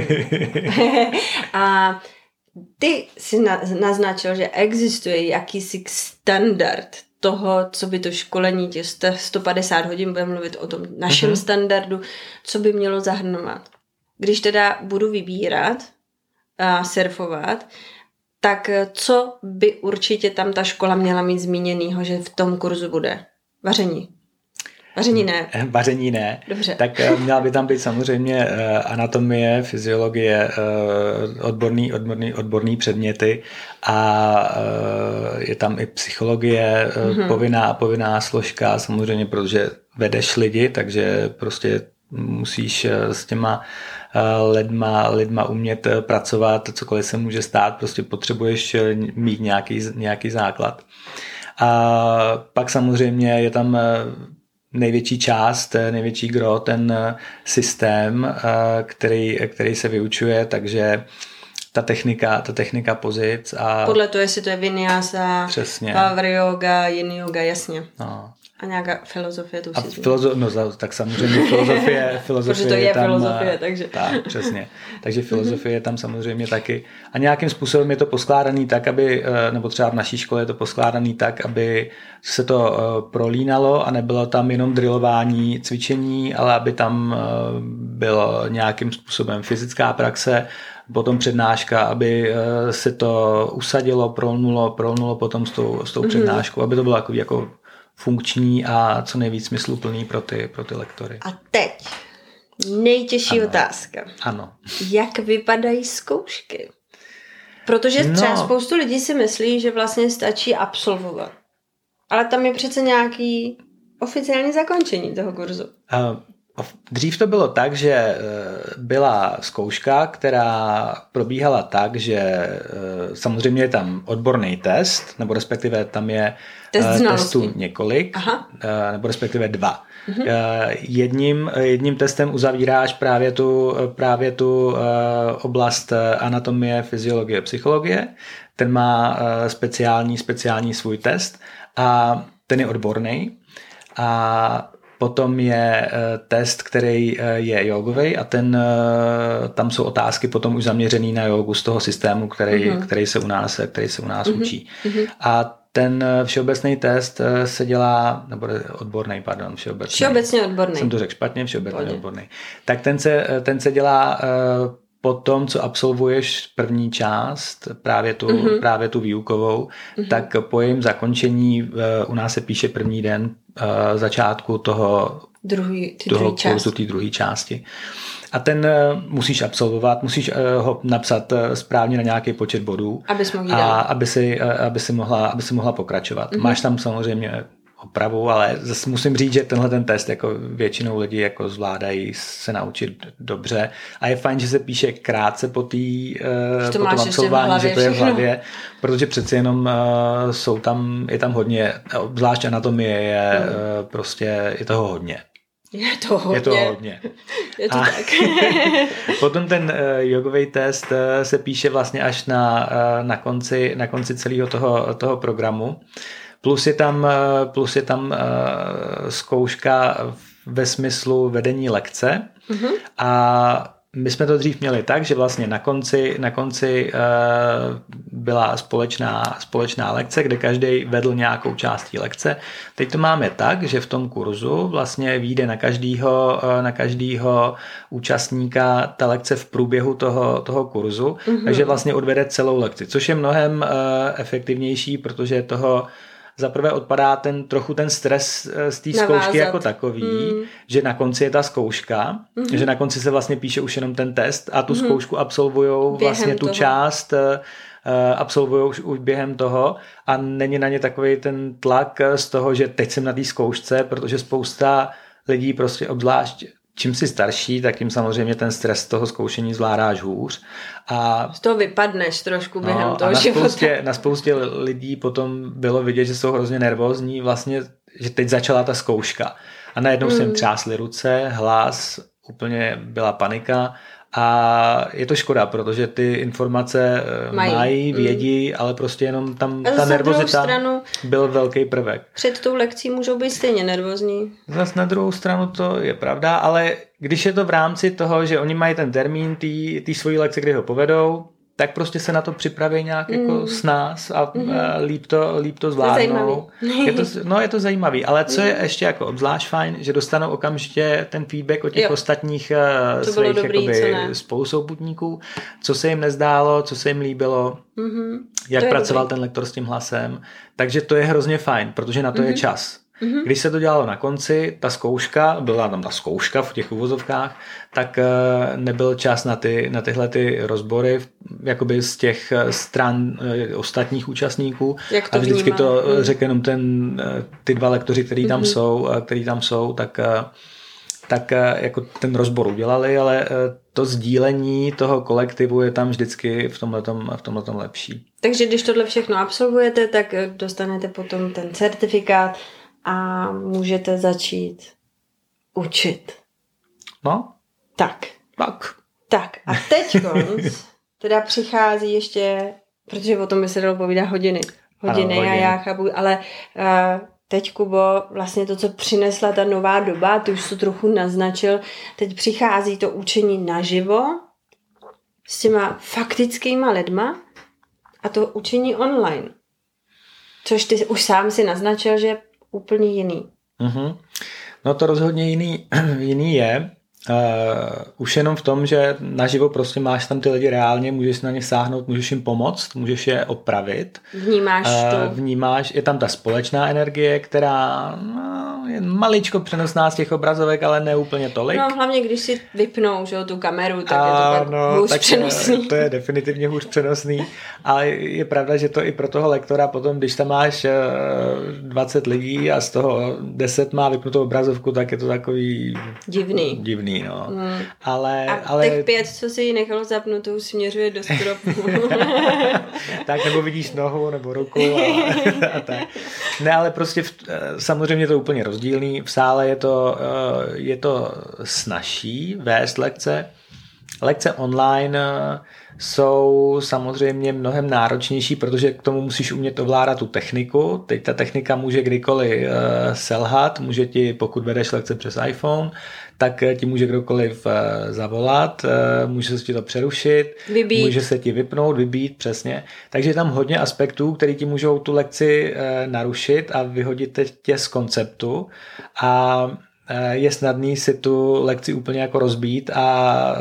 [SPEAKER 2] a ty jsi naznačil, že existuje jakýsi standard toho, co by to školení, těch sto padesát hodin, budeme mluvit o tom našem uh-huh. standardu, co by mělo zahrnovat. Když teda budu vybírat a surfovat, tak co by určitě tam ta škola měla mít zmíněnýho, že v tom kurzu bude? Vaření. Vaření ne.
[SPEAKER 3] Vaření ne.
[SPEAKER 2] Dobře.
[SPEAKER 3] Tak měla by tam být samozřejmě anatomie, fyziologie, odborný, odborný, odborný předměty a je tam i psychologie, mm-hmm. povinná, povinná složka, samozřejmě, protože vedeš lidi, takže prostě musíš s těma lidma, lidma umět pracovat, cokoliv se může stát, prostě potřebuješ mít nějaký, nějaký základ. A pak samozřejmě je tam největší část, největší gro, ten systém, který, který se vyučuje, takže ta technika, ta technika pozic. A
[SPEAKER 2] podle toho, jestli to je vinyasa, power yoga, yin yoga, jasně. No. A nějaká filozofie, to už si
[SPEAKER 3] filozo- no, tak samozřejmě filozofie, filozofie
[SPEAKER 2] protože to je
[SPEAKER 3] tam,
[SPEAKER 2] filozofie, takže.
[SPEAKER 3] Tak, přesně. Takže filozofie je tam samozřejmě taky. A nějakým způsobem je to poskládaný tak, aby, nebo třeba v naší škole je to poskládaný tak, aby se to prolínalo a nebylo tam jenom drillování, cvičení, ale aby tam bylo nějakým způsobem fyzická praxe, potom přednáška, aby se to usadilo, prolnulo, prolnulo potom s tou, s tou mm-hmm. přednáškou, aby to bylo jako, jako funkční a co nejvíc smysluplný pro ty, pro ty lektory.
[SPEAKER 2] A teď nejtěžší
[SPEAKER 3] ano.
[SPEAKER 2] otázka.
[SPEAKER 3] Ano.
[SPEAKER 2] Jak vypadají zkoušky? Protože třeba no. spoustu lidí si myslí, že vlastně stačí absolvovat. Ale tam je přece nějaký oficiální zakončení toho kurzu.
[SPEAKER 3] Uh, Dřív to bylo tak, že byla zkouška, která probíhala tak, že samozřejmě je tam odborný test, nebo respektive tam je
[SPEAKER 2] test
[SPEAKER 3] testů několik, Aha. nebo respektive dva. Mhm. Jedním, jedním testem uzavíráš právě tu, právě tu oblast anatomie, fyziologie, psychologie. Ten má speciální, speciální svůj test a ten je odborný. A potom je test, který je jogový a ten, tam jsou otázky potom už zaměřený na jogu z toho systému, který, mm-hmm. který se u nás, který se u nás mm-hmm. učí. Mm-hmm. A ten všeobecný test se dělá, nebo odborný, pardon, všeobecný.
[SPEAKER 2] Všeobecně odborný.
[SPEAKER 3] Jsem to řekl špatně, všeobecně Pojde. odborný. Tak ten se, ten se dělá po tom, co absolvuješ první část, právě tu, mm-hmm. právě tu výukovou, mm-hmm. tak po jejím zakončení u nás se píše první den uh, začátku toho,
[SPEAKER 2] druhý, ty
[SPEAKER 3] toho
[SPEAKER 2] druhý
[SPEAKER 3] kurzu, té druhé části. A ten uh, musíš absolvovat, musíš uh, ho napsat uh, správně na nějaký počet bodů,
[SPEAKER 2] abys
[SPEAKER 3] a aby si, uh, aby si, mohla, aby si mohla pokračovat. Mm-hmm. Máš tam samozřejmě opravu, ale zase musím říct, že tenhle ten test jako většinou lidí jako zvládají se naučit dobře a je fajn, že se píše krátce po, tý, po tom absolvování, že to je v hlavě, protože přeci jenom uh, jsou tam, je tam hodně, obzvlášť anatomie je hmm. uh, prostě, je toho hodně.
[SPEAKER 2] Je to hodně.
[SPEAKER 3] Je to hodně.
[SPEAKER 2] Je to
[SPEAKER 3] a
[SPEAKER 2] tak.
[SPEAKER 3] Potom ten uh, jogový test uh, se píše vlastně až na, uh, na konci, na konci celého toho, toho programu. Plus je tam, plus je tam uh, zkouška ve smyslu vedení lekce mm-hmm. a my jsme to dřív měli tak, že vlastně na konci, na konci uh, byla společná, společná lekce, kde každý vedl nějakou částí lekce. Teď to máme tak, že v tom kurzu vlastně vyjde na každýho, uh, na každýho účastníka ta lekce v průběhu toho, toho kurzu, mm-hmm. takže vlastně odvede celou lekci, což je mnohem uh, efektivnější, protože toho zaprvé odpadá ten, trochu ten stres z té zkoušky jako takový, mm. že na konci je ta zkouška, mm-hmm. že na konci se vlastně píše už jenom ten test a tu mm-hmm. zkoušku absolvujou vlastně tu toho. část uh, absolvujou už, už během toho a není na ně takový ten tlak z toho, že teď jsem na té zkoušce, protože spousta lidí prostě obzvlášť čím jsi starší, tak tím samozřejmě ten stres toho zkoušení zvládáš hůř. A
[SPEAKER 2] z toho vypadneš trošku během
[SPEAKER 3] no,
[SPEAKER 2] toho
[SPEAKER 3] na
[SPEAKER 2] života.
[SPEAKER 3] Spoustě, na spoustě lidí potom bylo vidět, že jsou hrozně nervózní, vlastně, že teď začala ta zkouška. A najednou mm. se jim třásly ruce, hlas, úplně byla panika. A je to škoda, protože ty informace mají, mají vědí, mm. ale prostě jenom tam ta nervozita stranu, byl velký prvek.
[SPEAKER 2] Před tou lekcí můžou být stejně nervózní.
[SPEAKER 3] Zas na druhou stranu to je pravda, ale když je to v rámci toho, že oni mají ten termín té svojí lekce, kdy ho povedou, tak prostě se na to připraví nějak mm. jako s nás a, mm. a líp, to, líp to zvládnou. Je to, no je to zajímavý, ale co je ještě jako obzvlášť fajn, že dostanou okamžitě ten feedback od těch jo. ostatních to svých dobrý, jakoby, spolusouputníků, co se jim nezdálo, co se jim líbilo, mm-hmm. jak pracoval dobrý. ten lektor s tím hlasem. Takže to je hrozně fajn, protože na to mm-hmm. je čas. Mm-hmm. Když se to dělalo na konci, ta zkouška, byla tam ta zkouška v těch uvozovkách, tak uh, nebyl čas na, ty, na tyhle ty rozbory jakoby z těch stran uh, ostatních účastníků.
[SPEAKER 2] Jak to
[SPEAKER 3] a vždycky
[SPEAKER 2] vnímá?
[SPEAKER 3] to
[SPEAKER 2] mm.
[SPEAKER 3] řekl jenom ten, uh, ty dva lektoři, který tam mm-hmm. jsou, uh, který tam jsou, tak, uh, tak uh, jako ten rozbor udělali, ale uh, to sdílení toho kolektivu je tam vždycky v tomhletom, v tomhletom lepší.
[SPEAKER 2] Takže když tohle všechno absolvujete, tak dostanete potom ten certifikát a můžete začít učit.
[SPEAKER 3] No.
[SPEAKER 2] Tak.
[SPEAKER 3] Tak.
[SPEAKER 2] Tak a teď teda přichází ještě, protože o tom by se dalo povídat hodiny. Hodiny ano, a já chápu, ale uh, teď, Kubo, vlastně to, co přinesla ta nová doba, ty už to trochu naznačil, teď přichází to učení naživo s těma faktickýma lidma a to učení online. Což ty už sám si naznačil, že úplně jiný.
[SPEAKER 3] Mm-hmm. No to rozhodně jiný, jiný je. Uh, už jenom v tom, že naživo prostě máš tam ty lidi reálně, můžeš na ně sáhnout, můžeš jim pomoct, můžeš je opravit.
[SPEAKER 2] Vnímáš to.
[SPEAKER 3] Uh, vnímáš, je tam ta společná energie, která no, je maličko přenosná z těch obrazovek, ale ne úplně tolik.
[SPEAKER 2] No hlavně, když si vypnou že, tu kameru, tak
[SPEAKER 3] A,
[SPEAKER 2] je to pak
[SPEAKER 3] no,
[SPEAKER 2] hůř
[SPEAKER 3] tak
[SPEAKER 2] přenosný.
[SPEAKER 3] To je definitivně hůř přenosný, ale je pravda, že to i pro toho lektora potom, když tam máš dvacet lidí a z toho deset má vypnutou obrazovku, tak je to takový
[SPEAKER 2] divný.
[SPEAKER 3] divný. No.
[SPEAKER 2] Hmm.
[SPEAKER 3] Ale,
[SPEAKER 2] a
[SPEAKER 3] ale...
[SPEAKER 2] těch pět, co si ji nechalo zapnutou, směřuje do stropu.
[SPEAKER 3] Tak nebo vidíš nohu nebo ruku a, a tak. Ne, ale prostě v, samozřejmě to je úplně rozdílný. V sále je to, je to snazší vést lekce. Lekce online jsou samozřejmě mnohem náročnější, protože k tomu musíš umět ovládat tu techniku. Teď ta technika může kdykoliv selhat, může ti, pokud vedeš lekce přes iPhone, tak ti může kdokoliv zavolat, může se ti to přerušit,
[SPEAKER 2] vybít.
[SPEAKER 3] Může se ti vypnout, vybít, přesně. Takže je tam hodně aspektů, které ti můžou tu lekci narušit a vyhodit tě z konceptu a je snadný si tu lekci úplně jako rozbít a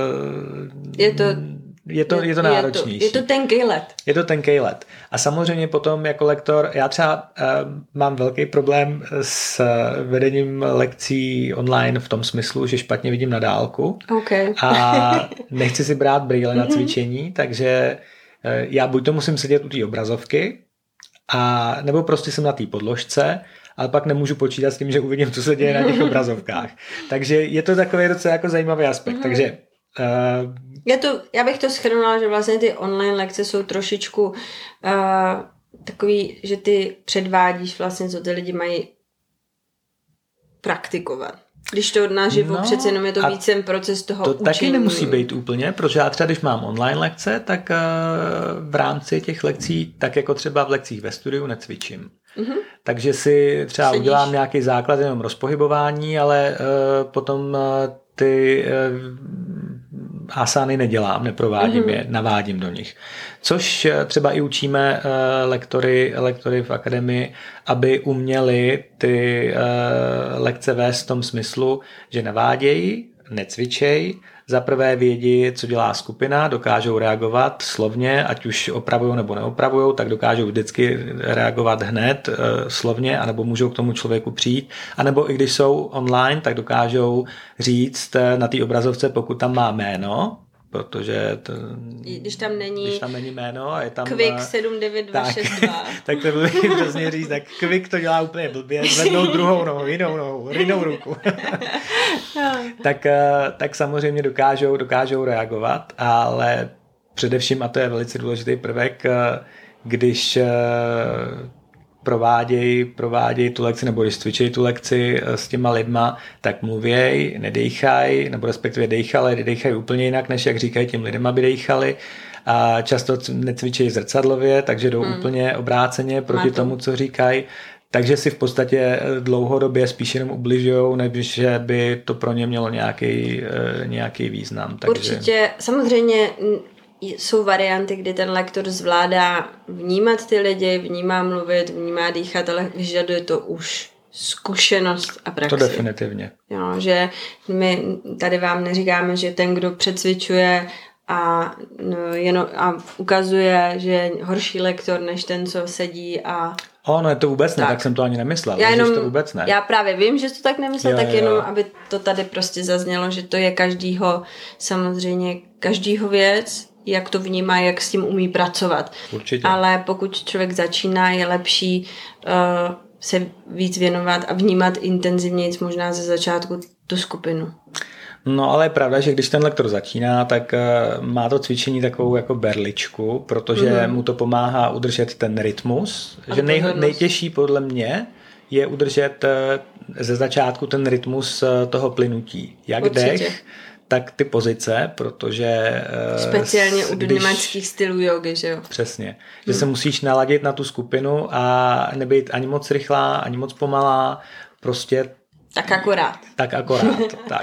[SPEAKER 2] je to
[SPEAKER 3] Je to, je to náročnější.
[SPEAKER 2] Je to, je to tenkej let.
[SPEAKER 3] Je to tenkej let. A samozřejmě potom jako lektor, já třeba uh, mám velký problém s vedením lekcí online v tom smyslu, že špatně vidím na dálku.
[SPEAKER 2] Okay.
[SPEAKER 3] A nechci si brát brýle na cvičení, takže uh, já buď to musím sedět u té obrazovky, a nebo prostě jsem na té podložce ale pak nemůžu počítat s tím, že uvidím, co se děje na těch obrazovkách. Takže je to takový docela jako zajímavý aspekt. Mm-hmm. Takže uh,
[SPEAKER 2] je to, já bych to shrnula, že vlastně ty online lekce jsou trošičku uh, takový, že ty předvádíš vlastně, co ty lidi mají praktikovat. Když to naživo, no, přece jenom je to víc ten proces toho
[SPEAKER 3] to
[SPEAKER 2] učení.
[SPEAKER 3] To taky nemusí být úplně, protože já třeba, když mám online lekce, tak uh, v rámci těch lekcí, tak jako třeba v lekcích ve studiu necvičím. Mm-hmm. Takže si třeba Sedíš. udělám nějaký základ jenom rozpohybování, ale uh, potom uh, ty uh, asány nedělám, neprovádím mm-hmm. je, navádím do nich. Což třeba i učíme uh, lektory, lektory v akademii, aby uměli ty uh, lekce vést v tom smyslu, že navádějí, necvičej, za prvé vědí, co dělá skupina, dokážou reagovat slovně, ať už opravují nebo neopravují, tak dokážou vždycky reagovat hned uh, slovně, anebo můžou k tomu člověku přijít, anebo i když jsou online, tak dokážou říct uh, na té obrazovce, pokud tam má jméno, protože to,
[SPEAKER 2] když tam není,
[SPEAKER 3] když tam není jméno a je tam
[SPEAKER 2] Quick sedm devět dva šest dva.
[SPEAKER 3] Tak to by přesně říct, tak Quick to dělá úplně blbě, zvednout druhou nohu, jinou nohu, jinou ruku. tak, tak samozřejmě dokážou, dokážou reagovat, ale především, a to je velice důležitý prvek, když provádějí, provádějí tu lekci, nebo když cvičejí tu lekci s těma lidma, tak mluvěj, nedejchaj, nebo respektive dejchali, dejchají úplně jinak, než jak říkají těm lidem, aby dejchali. A často necvičejí zrcadlově, takže jdou hmm. úplně obráceně proti tomu, co říkají. Takže si v podstatě dlouhodobě spíš jenom ubližujou, než že by to pro ně mělo nějaký, nějaký význam. Takže...
[SPEAKER 2] Určitě, samozřejmě jsou varianty, kdy ten lektor zvládá vnímat ty lidi, vnímá mluvit, vnímá dýchat, ale vyžaduje to už zkušenost a praxi.
[SPEAKER 3] To definitivně.
[SPEAKER 2] Jo, že my tady vám neříkáme, že ten, kdo přecvičuje a, no, jenom, a ukazuje, že je horší lektor, než ten, co sedí a...
[SPEAKER 3] Ono je to vůbec ne, tak, tak jsem to ani nemyslel.
[SPEAKER 2] Já, jenom,
[SPEAKER 3] to vůbec ne.
[SPEAKER 2] já právě vím, že to tak nemyslel,
[SPEAKER 3] jo,
[SPEAKER 2] tak
[SPEAKER 3] jo.
[SPEAKER 2] jenom, aby to tady prostě zaznělo, že to je každýho, samozřejmě každýho věc, jak to vnímá, jak s tím umí pracovat.
[SPEAKER 3] Určitě.
[SPEAKER 2] Ale pokud člověk začíná, je lepší uh, se víc věnovat a vnímat intenzivněji, možná ze začátku tu skupinu.
[SPEAKER 3] No ale je pravda, že když ten lektor začíná, tak uh, má to cvičení takovou jako berličku, protože mm-hmm. mu to pomáhá udržet ten rytmus. A že nej, nejtěžší podle mě je udržet uh, ze začátku ten rytmus uh, toho plynutí. Jak Určitě. dech, tak ty pozice, protože...
[SPEAKER 2] Speciálně u dynamických stylů jogy, že jo?
[SPEAKER 3] Přesně. Že hmm. se musíš naladit na tu skupinu a nebejt ani moc rychlá, ani moc pomalá, prostě...
[SPEAKER 2] Tak akorát.
[SPEAKER 3] Tak akorát, tak.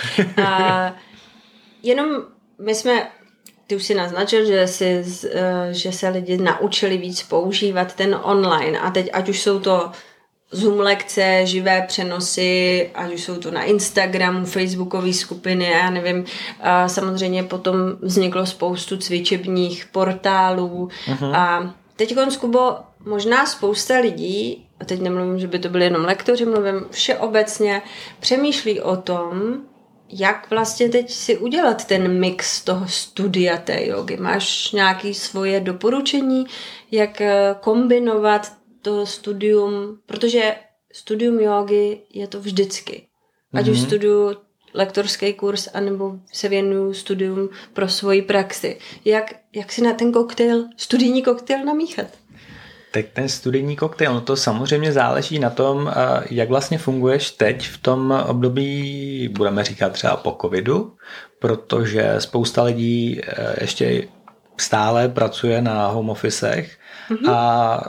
[SPEAKER 2] A jenom my jsme, ty už si naznačil, že, si, že se lidi naučili víc používat ten online a teď ať už jsou to Zoom lekce, živé přenosy, ať už jsou to na Instagramu, Facebookové skupiny, já nevím. A samozřejmě potom vzniklo spoustu cvičebních portálů. Uh-huh. A teď, Kubo, možná spousta lidí, a teď nemluvím, že by to byli jenom lektoři, mluvím všeobecně, přemýšlí o tom, jak vlastně teď si udělat ten mix toho studia té jogy. Máš nějaké svoje doporučení, jak kombinovat to studium, protože studium jógy je to vždycky. Ať mm-hmm. už studuju lektorský kurz, anebo se věnuju studium pro svoji praxi. Jak, jak si na ten koktejl, studijní koktejl namíchat?
[SPEAKER 3] Tak ten studijní koktejl, no to samozřejmě záleží na tom, jak vlastně funguješ teď v tom období, budeme říkat třeba po covidu, protože spousta lidí ještě stále pracuje na home officech mm-hmm. a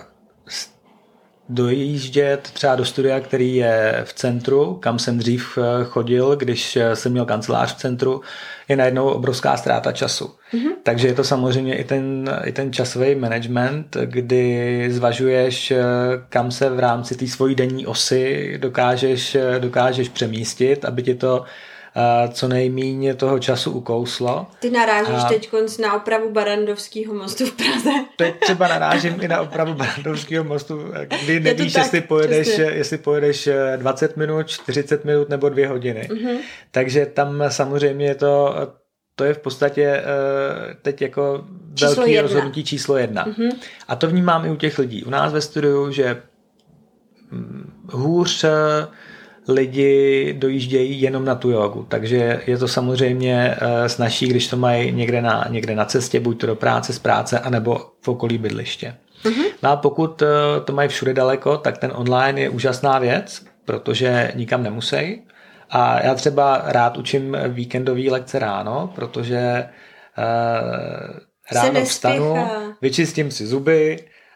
[SPEAKER 3] dojíždět třeba do studia, který je v centru, kam jsem dřív chodil, když jsem měl kancelář v centru, je najednou obrovská ztráta času. Mm-hmm. Takže je to samozřejmě i ten, i ten časový management, kdy zvažuješ, kam se v rámci té svojí denní osy dokážeš, dokážeš přemístit, aby ti to co nejméně toho času ukouslo.
[SPEAKER 2] Ty narážíš a... teď na opravu Barrandovského mostu v Praze.
[SPEAKER 3] Teď třeba narážím i na opravu Barrandovského mostu, kdy nevíš, tak, jestli, pojedeš, jestli pojedeš dvacet minut, čtyřicet minut nebo dvě hodiny. Mm-hmm. Takže tam samozřejmě je to, to je v podstatě teď jako číslo velký jedna. rozhodnutí číslo jedna. Mm-hmm. A to vnímám i u těch lidí. U nás ve studiu, že hůř lidi dojíždějí jenom na tu jogu, takže je to samozřejmě snazší, když to mají někde na, někde na cestě, buď to do práce, z práce, anebo v okolí bydliště. Mm-hmm. No a pokud to mají všude daleko, tak ten online je úžasná věc, protože nikam nemusí. A já třeba rád učím víkendové lekce ráno, protože uh, ráno vstanu, vyčistím si zuby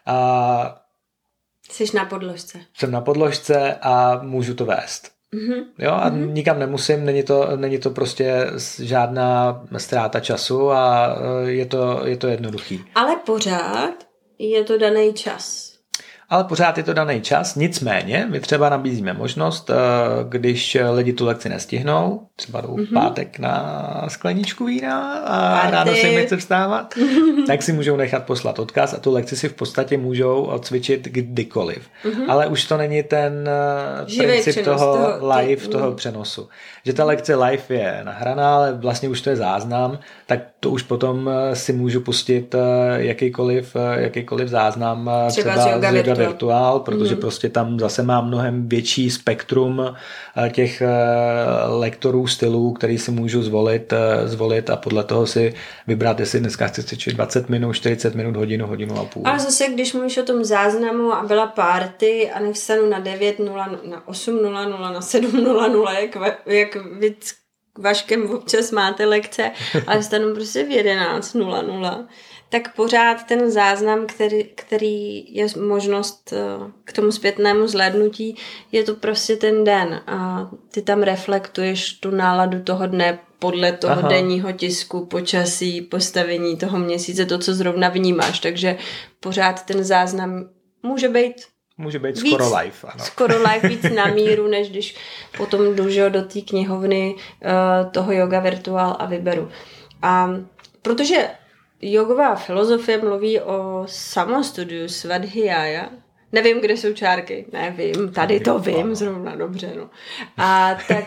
[SPEAKER 3] a
[SPEAKER 2] jsi na podložce.
[SPEAKER 3] Jsem na podložce a můžu to vést. Mm-hmm. Jo, a mm-hmm. nikam nemusím, není to, není to prostě žádná ztráta času a je to, je to jednoduchý.
[SPEAKER 2] Ale pořád je to daný čas.
[SPEAKER 3] Ale pořád je to daný čas, nicméně my třeba nabízíme možnost, když lidi tu lekci nestihnou, třeba jdou v pátek na skleničku vína a Party. ráno se jim nechce vstávat, tak si můžou nechat poslat odkaz a tu lekci si v podstatě můžou odcvičit kdykoliv. Mm-hmm. Ale už to není ten Živý princip toho, toho live, ty... toho přenosu. Že ta lekce live je nahraná, ale vlastně už to je záznam, tak to už potom si můžu pustit jakýkoliv, jakýkoliv záznam třeba, třeba z yoga virtuál, virtuál protože mm. prostě tam zase mám mnohem větší spektrum těch lektorů, stylů, který si můžu zvolit, zvolit a podle toho si vybrat, jestli dneska chci cvičit dvacet minut, čtyřicet minut, hodinu, hodinu a půl.
[SPEAKER 2] Ale zase, když mluvíš o tom záznamu a byla party a nevstanu na devět nula nula, na osm nula nula, na sedm nula nula, jak, jak vy k Vaškem občas máte lekce, ale vstanu prostě v jedenáct nula nula, tak pořád ten záznam, který, který je možnost k tomu zpětnému zhlédnutí, je to prostě ten den a ty tam reflektuješ tu náladu toho dne podle toho Aha. denního tisku, počasí, postavení toho měsíce, to, co zrovna vnímáš, takže pořád ten záznam může být
[SPEAKER 3] Může být
[SPEAKER 2] víc,
[SPEAKER 3] skoro live, ano.
[SPEAKER 2] Skoro live, víc na míru, než když potom jdu do té knihovny uh, toho yoga virtuál a vyberu. A protože jogová filozofie mluví o samostudiu svadhyaya, nevím, kde jsou čárky, nevím, tady to vím zrovna dobře, no. A tak,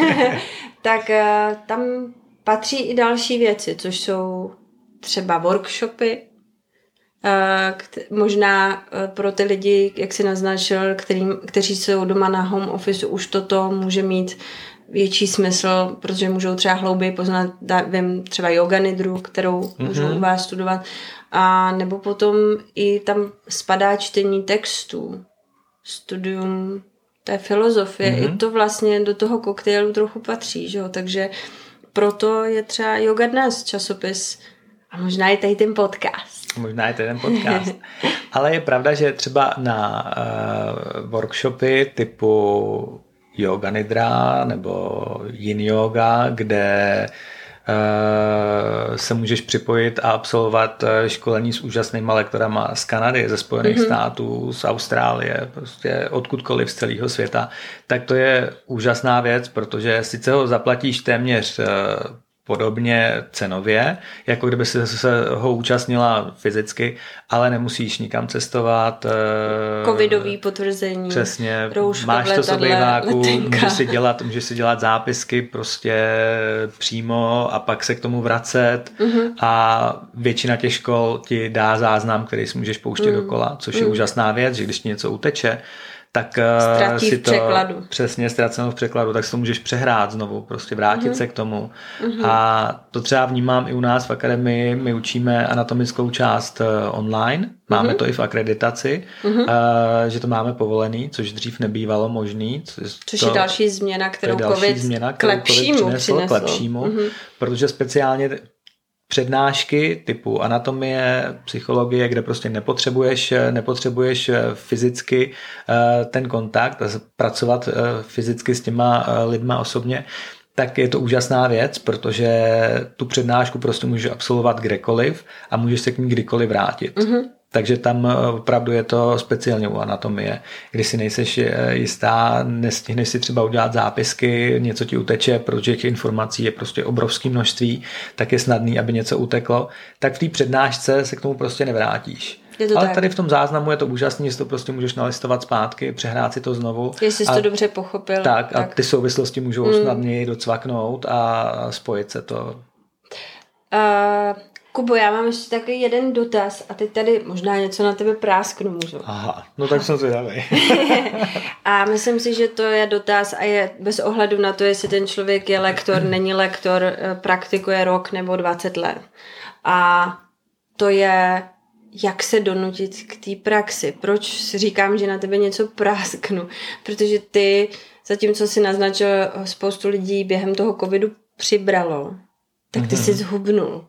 [SPEAKER 2] tak uh, tam patří i další věci, což jsou třeba workshopy, možná pro ty lidi, jak jsi naznačil, který, kteří jsou doma na home office, už toto může mít větší smysl, protože můžou třeba hlouběji poznat, vím, třeba yoga nidru, kterou mm-hmm. můžou u vás studovat, a nebo potom i tam spadá čtení textů, studium té filozofie, mm-hmm. i to vlastně do toho koktejlu trochu patří, že jo? Takže proto je třeba Yoga Dnes časopis a možná i tady ten podcast.
[SPEAKER 3] Možná je to jeden podcast. Ale je pravda, že třeba na uh, workshopy typu Yoga Nidra nebo Yin Yoga, kde uh, se můžeš připojit a absolvovat školení s úžasnýma lektorama z Kanady, ze Spojených mm-hmm. států, z Austrálie, prostě odkudkoliv z celého světa, tak to je úžasná věc, protože sice ho zaplatíš téměř uh, podobně cenově, jako kdyby si se ho účastnila fyzicky, ale nemusíš nikam cestovat.
[SPEAKER 2] Covidový potvrzení.
[SPEAKER 3] Přesně.
[SPEAKER 2] Rouška,
[SPEAKER 3] máš to sobejváku, můžeš si dělat, můžeš si dělat zápisky prostě přímo a pak se k tomu vracet uh-huh. a většina těch škol ti dá záznam, který si můžeš pouštět uh-huh. dokola, což je uh-huh. úžasná věc, že když ti něco uteče, tak
[SPEAKER 2] Ztratí
[SPEAKER 3] si
[SPEAKER 2] v
[SPEAKER 3] to
[SPEAKER 2] překladu.
[SPEAKER 3] Přesně ztraceno v překladu, tak si to můžeš přehrát znovu, prostě vrátit mm-hmm. se k tomu. Mm-hmm. A to třeba vnímám i u nás v akademii, my učíme anatomickou část online, máme mm-hmm. to i v akreditaci, mm-hmm. uh, že to máme povolený, což dřív nebývalo možný.
[SPEAKER 2] Což
[SPEAKER 3] to,
[SPEAKER 2] je další změna, kterou
[SPEAKER 3] je další
[SPEAKER 2] COVID
[SPEAKER 3] změna,
[SPEAKER 2] k lepšímu
[SPEAKER 3] přinesl,
[SPEAKER 2] přinesl.
[SPEAKER 3] K lepšímu,
[SPEAKER 2] mm-hmm.
[SPEAKER 3] protože speciálně přednášky typu anatomie, psychologie, kde prostě nepotřebuješ, nepotřebuješ fyzicky ten kontakt a pracovat fyzicky s těma lidma osobně, tak je to úžasná věc, protože tu přednášku prostě můžeš absolvovat kdekoliv a můžeš se k ní kdykoliv vrátit. Mm-hmm. Takže tam opravdu je to speciálně u anatomie, kdy si nejseš jistá, nestihneš si třeba udělat zápisky, něco ti uteče, protože těch informací je prostě obrovské množství, tak je snadný, aby něco uteklo, tak v té přednášce se k tomu prostě nevrátíš. Ale tak. Tady v tom záznamu je to úžasné, že to prostě můžeš nalistovat zpátky, přehrát si to znovu.
[SPEAKER 2] Jestli jsi to dobře pochopil.
[SPEAKER 3] Tak, tak a ty souvislosti můžou mm. snadněji docvaknout a spojit se to.
[SPEAKER 2] Uh... Kubo, já mám ještě takový jeden dotaz a teď tady možná něco na tebe prásknu můžu.
[SPEAKER 3] Aha, no tak jsem zvědavý.
[SPEAKER 2] A myslím si, že to je dotaz a je bez ohledu na to, jestli ten člověk je lektor, není lektor, praktikuje rok nebo dvacet let. A to je, jak se donutit k té praxi. Proč si říkám, že na tebe něco prásknu? Protože ty, zatímco si naznačil, spoustu lidí během toho covidu přibralo, tak ty mm-hmm. jsi zhubnul.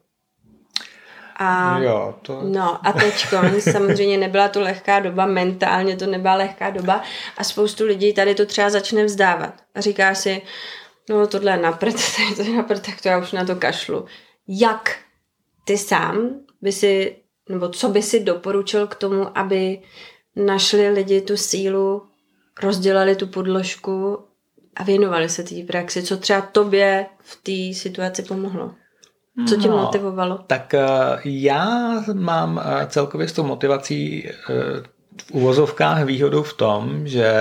[SPEAKER 2] A,
[SPEAKER 3] jo, to...
[SPEAKER 2] No a teďko, samozřejmě nebyla to lehká doba, mentálně to nebyla lehká doba a spoustu lidí tady to třeba začne vzdávat. A říká si, no tohle je napřed, to je napřed, tak to já už na to kašlu. Jak ty sám by si, nebo co by si doporučil k tomu, aby našli lidi tu sílu, rozdělali tu podložku a věnovali se té praxi? Co třeba tobě v té situaci pomohlo? Co tě
[SPEAKER 3] no,
[SPEAKER 2] motivovalo?
[SPEAKER 3] Tak já mám celkově s tou motivací v uvozovkách výhodu v tom, že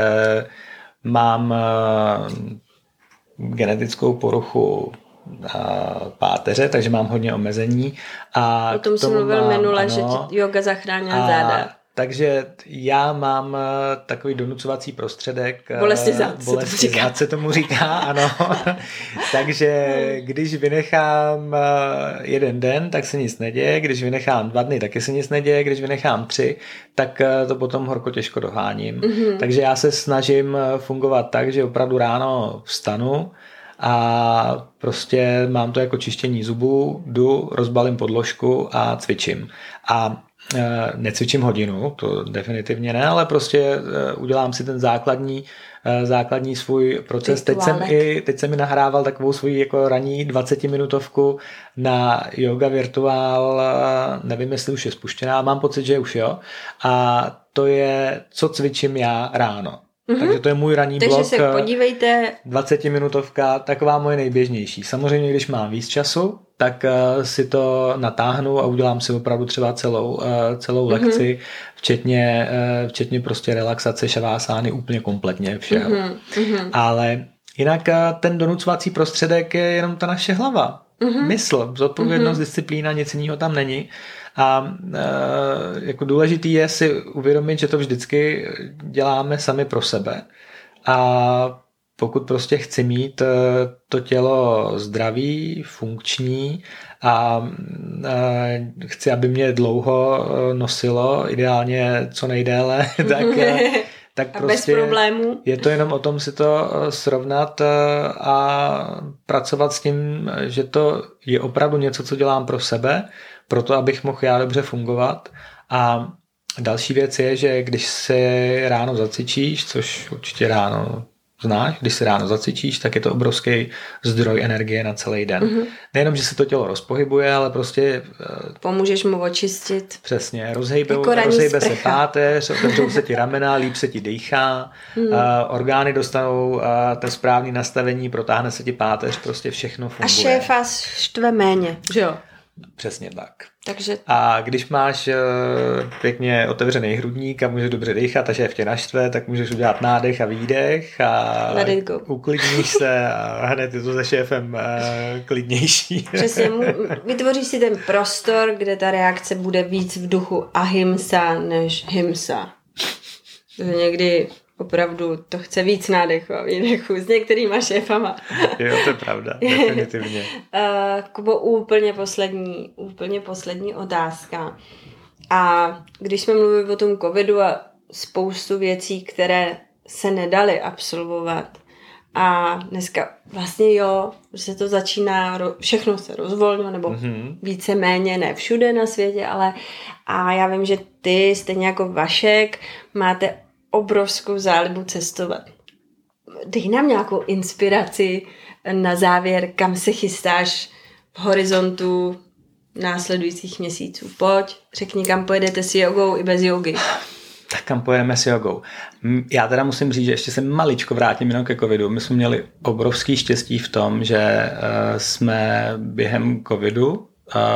[SPEAKER 3] mám genetickou poruchu páteře, takže mám hodně omezení. A
[SPEAKER 2] o tom jsem mluvil
[SPEAKER 3] mám,
[SPEAKER 2] minule,
[SPEAKER 3] ano,
[SPEAKER 2] že ti yoga zachránila záda.
[SPEAKER 3] Takže já mám takový donucovací prostředek.
[SPEAKER 2] Bolesti zad,
[SPEAKER 3] bolesti zad se tomu říká, ano. Takže když vynechám jeden den, tak se nic neděje. Když vynechám dva dny, taky se nic neděje. Když vynechám tři, tak to potom horko těžko doháním. Mm-hmm. Takže já se snažím fungovat tak, že opravdu ráno vstanu a prostě mám to jako čištění zubů, jdu, rozbalím podložku a cvičím. A necvičím hodinu, to definitivně ne, ale prostě udělám si ten základní, základní svůj proces. Teď jsem, i, teď jsem mi nahrával takovou svoji jako ranní dvacetiminutovku na Yoga Virtuál, nevím, jestli už je spuštěná, mám pocit, že už jo. A to je, co cvičím já ráno. Mm-hmm. Takže to je můj ranní
[SPEAKER 2] Takže
[SPEAKER 3] blok.
[SPEAKER 2] Takže se podívejte.
[SPEAKER 3] dvacetiminutovka, taková moje nejběžnější. Samozřejmě, když mám víc času, tak uh, si to natáhnu a udělám si opravdu třeba celou, uh, celou mm-hmm. lekci, včetně, uh, včetně prostě relaxace, šavásány, úplně kompletně všeho. Mm-hmm. Ale jinak uh, ten donucovací prostředek je jenom ta naše hlava. Mm-hmm. Mysl, zodpovědnost, mm-hmm. disciplína, nic jiného tam není. A e, jako důležitý je si uvědomit, že to vždycky děláme sami pro sebe. A pokud prostě chci mít to tělo zdravý, funkční a e, chci, aby mě dlouho nosilo, ideálně co nejdéle, tak, tak
[SPEAKER 2] a
[SPEAKER 3] prostě
[SPEAKER 2] bez problémů.
[SPEAKER 3] Je to jenom o tom si to srovnat a pracovat s tím, že to je opravdu něco, co dělám pro sebe, proto abych mohl já dobře fungovat. A další věc je, že když se ráno zacvičíš, což určitě ráno znáš, když se ráno zacvičíš, tak je to obrovský zdroj energie na celý den. Mm-hmm. Nejenom, že se to tělo rozpohybuje, ale prostě
[SPEAKER 2] pomůžeš mu očistit.
[SPEAKER 3] Přesně, rozhejbe, jako rozhejbe se páteř, otevřou se ti ramena, líp se ti dýchá, mm. uh, orgány dostanou uh, to správné nastavení, protáhne se ti páteř, prostě všechno funguje.
[SPEAKER 2] A šéfa štve méně, že jo?
[SPEAKER 3] Přesně tak.
[SPEAKER 2] Takže...
[SPEAKER 3] A když máš uh, pěkně otevřený hrudník a můžeš dobře dýchat a šéf tě naštve, tak můžeš udělat nádech a výdech a uklidníš se a hned je to se šéfem uh, klidnější.
[SPEAKER 2] Přesně, vytvoříš si ten prostor, kde ta reakce bude víc v duchu ahimsa než himsa. Někdy opravdu to chce víc nádechu a výdechu s některýma šéfama.
[SPEAKER 3] Jo, to je pravda, definitivně.
[SPEAKER 2] uh, Kubo, úplně poslední, úplně poslední otázka. A když jsme mluvili o tom covidu a spoustu věcí, které se nedaly absolvovat, a dneska vlastně jo, že se to začíná, všechno se rozvolňuje, nebo mm-hmm. více méně, ne všude na světě, ale a já vím, že ty, stejně jako Vašek, máte obrovskou zálibu cestovat. Dej nám nějakou inspiraci na závěr, kam se chystáš v horizontu následujících měsíců. Pojď, řekni, kam pojedete s jogou i bez jogy.
[SPEAKER 3] Tak kam pojedeme s jogou? Já teda musím říct, že ještě se maličko vrátím jenom ke covidu. My jsme měli obrovský štěstí v tom, že jsme během covidu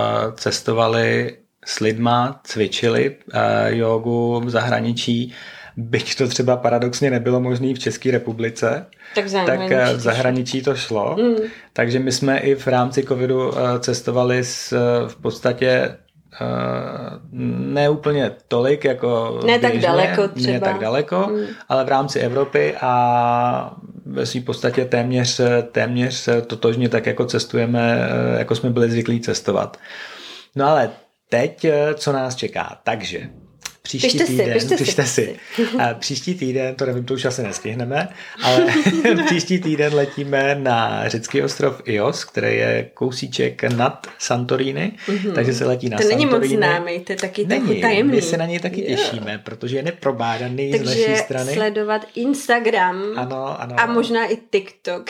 [SPEAKER 3] cestovali s lidma, cvičili jogu v zahraničí byť to třeba paradoxně nebylo možné v České republice,
[SPEAKER 2] tak,
[SPEAKER 3] tak v zahraničí to šlo. Mm. Takže my jsme i v rámci covidu cestovali s, v podstatě ne úplně tolik jako
[SPEAKER 2] ne
[SPEAKER 3] běžně,
[SPEAKER 2] tak daleko třeba.
[SPEAKER 3] Ne tak daleko, mm. ale v rámci Evropy a ve svým podstatě téměř, téměř totožně tak jako cestujeme, jako jsme byli zvyklí cestovat. No ale teď, co nás čeká? Takže příští
[SPEAKER 2] pište
[SPEAKER 3] týden,
[SPEAKER 2] si, pište
[SPEAKER 3] pište
[SPEAKER 2] si.
[SPEAKER 3] si. A příští týden, to nevím, to už asi nestihneme, ale příští týden letíme na řecký ostrov Ios, který je kousíček nad Santorini, mm-hmm. takže se letí na
[SPEAKER 2] to
[SPEAKER 3] Santorini.
[SPEAKER 2] To není moc známý, to je taky
[SPEAKER 3] není,
[SPEAKER 2] tajemný.
[SPEAKER 3] My se na něj taky yeah. těšíme, protože je neprobádaný
[SPEAKER 2] takže
[SPEAKER 3] z naší strany.
[SPEAKER 2] Takže sledovat Instagram
[SPEAKER 3] ano, ano.
[SPEAKER 2] a možná i TikTok.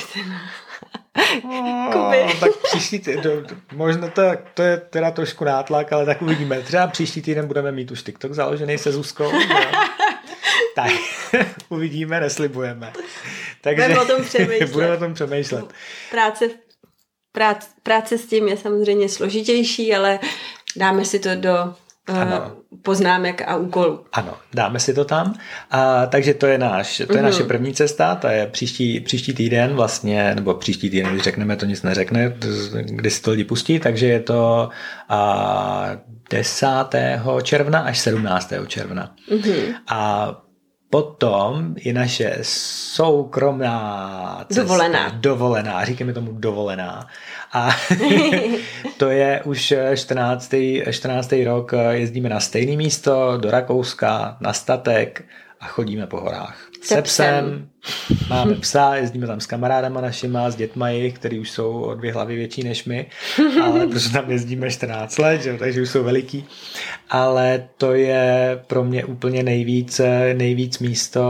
[SPEAKER 3] Oh, tak příští týden, možná to, to je teda trošku nátlak, ale tak uvidíme. Třeba příští týden budeme mít už TikTok založený se Zuzkou. Tak uvidíme, neslibujeme. Takže
[SPEAKER 2] budeme o tom přemýšlet.
[SPEAKER 3] budeme o tom přemýšlet.
[SPEAKER 2] Práce, práce, práce s tím je samozřejmě složitější, ale dáme si to do uh, poznámek a úkolů.
[SPEAKER 3] Ano, dáme si to tam. A, takže to je, náš, to je mm-hmm. naše první cesta, to je příští, příští týden vlastně, nebo příští týden, když řekneme, to nic neřekne, kdy si to lidi pustí, takže je to a, desátého června až sedmnáctého června. Mm-hmm. A potom je naše soukromá cesta.
[SPEAKER 2] Dovolená.
[SPEAKER 3] Dovolená, říkáme tomu dovolená. A to je už čtrnáctý, čtrnáctý rok, jezdíme na stejné místo, do Rakouska, na statek a chodíme po horách. Se psem, máme psa, jezdíme tam s kamarádama našima, s dětma jich, který už jsou o dvě hlavy větší než my, ale protože tam jezdíme čtrnáct let, že? Takže už jsou veliký. Ale to je pro mě úplně nejvíc, nejvíc místo,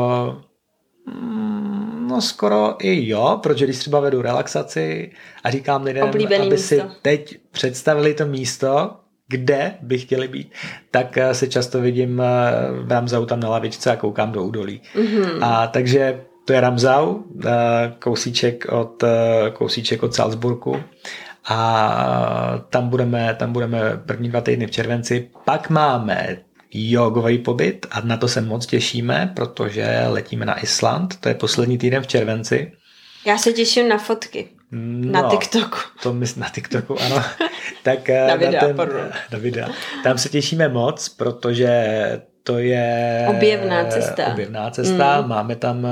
[SPEAKER 3] no skoro i jo, protože když třeba vedu relaxaci a říkám lidem,
[SPEAKER 2] oblíbený
[SPEAKER 3] aby
[SPEAKER 2] místo.
[SPEAKER 3] si teď představili to místo, kde by chtěli být, tak se často vidím v Ramsau tam na lavičce a koukám do údolí. Mm-hmm. A takže to je Ramsau, kousíček od, kousíček od Salzburgu a tam budeme, tam budeme první dva týdny v červenci. Pak máme jogový pobyt a na to se moc těšíme, protože letíme na Island, to je poslední týden v červenci.
[SPEAKER 2] Já se těším na fotky.
[SPEAKER 3] No,
[SPEAKER 2] na TikToku.
[SPEAKER 3] To my na TikToku, ano. Tak
[SPEAKER 2] na videa,
[SPEAKER 3] na ten,
[SPEAKER 2] pardon.
[SPEAKER 3] Na videa. Tam se těšíme moc, protože to je
[SPEAKER 2] objevná cesta.
[SPEAKER 3] Objevná cesta. Mm. Máme tam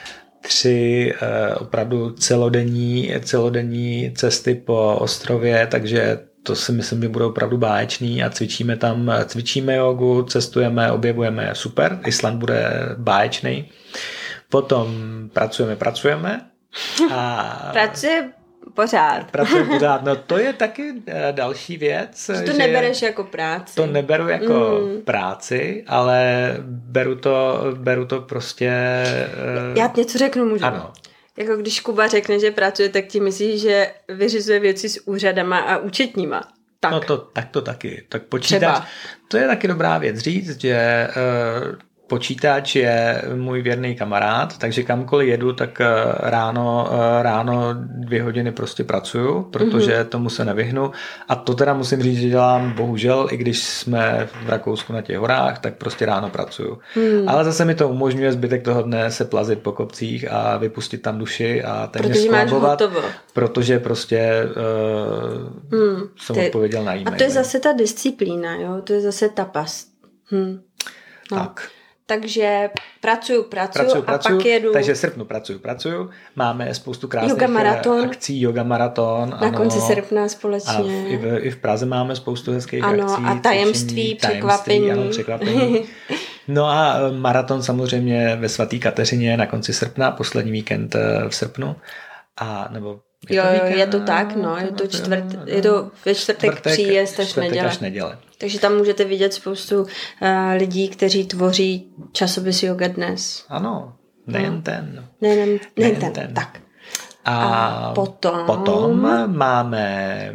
[SPEAKER 3] tři opravdu celodenní, celodenní cesty po ostrově, takže to si myslím, že bude opravdu báječný a cvičíme tam, cvičíme jogu, cestujeme, objevujeme, super, Island bude báječný. Potom pracujeme, pracujeme. A
[SPEAKER 2] pracuje pořád.
[SPEAKER 3] Pracuje pořád. No to je taky další věc.
[SPEAKER 2] Že to že nebereš jako práci.
[SPEAKER 3] To neberu jako mm. práci, ale beru to, beru to prostě...
[SPEAKER 2] Já něco řeknu, můžu?
[SPEAKER 3] Ano.
[SPEAKER 2] Jako když Kuba řekne, že pracuje, tak ti myslíš, že vyřizuje věci s úřadama a účetníma. Tak.
[SPEAKER 3] No to, tak to taky. Tak počítač, to je taky dobrá věc říct, že... Uh, Počítač je můj věrný kamarád, takže kamkoliv jedu, tak ráno, ráno dvě hodiny prostě pracuju, protože mm-hmm. tomu se nevyhnu. A to teda musím říct, že dělám bohužel, i když jsme v Rakousku na těch horách, tak prostě ráno pracuju. Mm. Ale zase mi to umožňuje zbytek toho dne se plazit po kopcích a vypustit tam duši a téměř skolabovat, protože prostě uh, mm, jsem ty... odpověděl na e-mail.
[SPEAKER 2] A to je zase ta disciplína, jo? To je zase tapas. Hm. No.
[SPEAKER 3] Tak.
[SPEAKER 2] Takže pracuju, pracuju,
[SPEAKER 3] pracuju
[SPEAKER 2] a
[SPEAKER 3] pracuju,
[SPEAKER 2] pak jedu.
[SPEAKER 3] Takže v srpnu pracuju, pracuju. Máme spoustu krásných
[SPEAKER 2] yoga maraton.
[SPEAKER 3] akcí, yoga maraton.
[SPEAKER 2] Na
[SPEAKER 3] ano.
[SPEAKER 2] konci srpna společně.
[SPEAKER 3] A v, i, v, i v Praze máme spoustu hezkých
[SPEAKER 2] ano,
[SPEAKER 3] akcí.
[SPEAKER 2] A tajemství,
[SPEAKER 3] cvičení,
[SPEAKER 2] překvapení.
[SPEAKER 3] Ano, překvapení. No a maraton samozřejmě ve Svatý Kateřině na konci srpna, poslední víkend v srpnu. A nebo
[SPEAKER 2] je jo, to víkend, je to tak, no, je to, čtvrt, je to ve čtvrtek, čtvrtek příjezd až neděle.
[SPEAKER 3] až neděle.
[SPEAKER 2] Takže tam můžete vidět spoustu uh, lidí, kteří tvoří časopis Yoga Dnes.
[SPEAKER 3] Ano, nejen no. ten.
[SPEAKER 2] Nejen, nejen, nejen ten,
[SPEAKER 3] ten,
[SPEAKER 2] tak.
[SPEAKER 3] A,
[SPEAKER 2] a potom...
[SPEAKER 3] potom máme...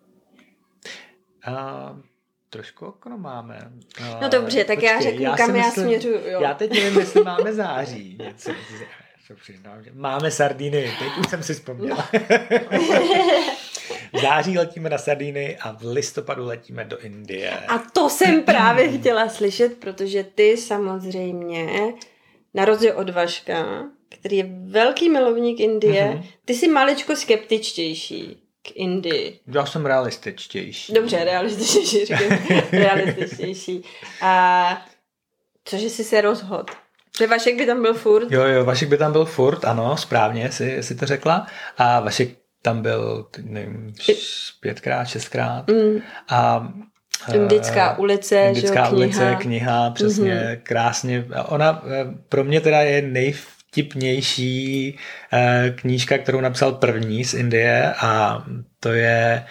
[SPEAKER 3] A, trošku okno máme.
[SPEAKER 2] No dobře, tak
[SPEAKER 3] Počkej,
[SPEAKER 2] já řeknu,
[SPEAKER 3] já
[SPEAKER 2] kam já
[SPEAKER 3] myslím,
[SPEAKER 2] směřuju. Jo.
[SPEAKER 3] Já teď nevím, jestli máme září. Něco, přiznám, že máme sardíny, teď už jsem si vzpomněla. v září letíme na Sardinii a v listopadu letíme do Indie.
[SPEAKER 2] A to jsem právě chtěla slyšet, protože ty samozřejmě, na rozdíl od Vaška, který je velký milovník Indie, mm-hmm. ty jsi maličko skeptičtější k Indii.
[SPEAKER 3] Já jsem realističtější.
[SPEAKER 2] Dobře, realističtější, říkám. realističtější. A cože jsi se rozhodl? Že Vašek by tam byl furt?
[SPEAKER 3] Jo, jo, Vašek by tam byl furt, ano, správně si, si to řekla. A Vašek tam byl, nevím, pětkrát, šestkrát. Mm. A
[SPEAKER 2] Indická ulice,
[SPEAKER 3] Indická
[SPEAKER 2] že,
[SPEAKER 3] ulice,
[SPEAKER 2] kniha.
[SPEAKER 3] kniha, přesně, mm-hmm. krásně. Ona pro mě teda je nejvtipnější knížka, kterou napsal první z Indie a to je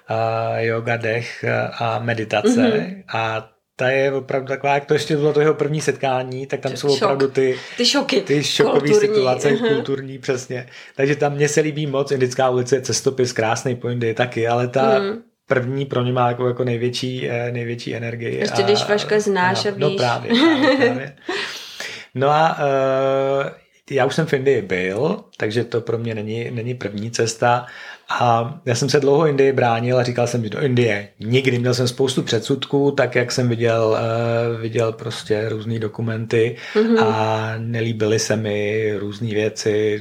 [SPEAKER 3] Yoga, dech a meditace. Mm-hmm. A ta je opravdu taková, jak to ještě bylo to jeho první setkání, tak tam jsou
[SPEAKER 2] Šok.
[SPEAKER 3] opravdu ty,
[SPEAKER 2] ty šoky,
[SPEAKER 3] ty šokové situace, uh-huh. kulturní, přesně. Takže tam mně se líbí moc, Indická ulice je cestopis krásný po Indii taky, ale ta mm. první pro mě má jako, jako největší, největší energii.
[SPEAKER 2] Ještě a, když Vaška znáš a, a víš.
[SPEAKER 3] No právě, právě, právě. No a uh, já už jsem v Indii byl, takže to pro mě není, není první cesta. A já jsem se dlouho Indii bránil a říkal jsem, že do Indie nikdy. Měl jsem spoustu předsudků, tak jak jsem viděl, uh, viděl prostě různý dokumenty mm-hmm. a nelíbily se mi různé věci.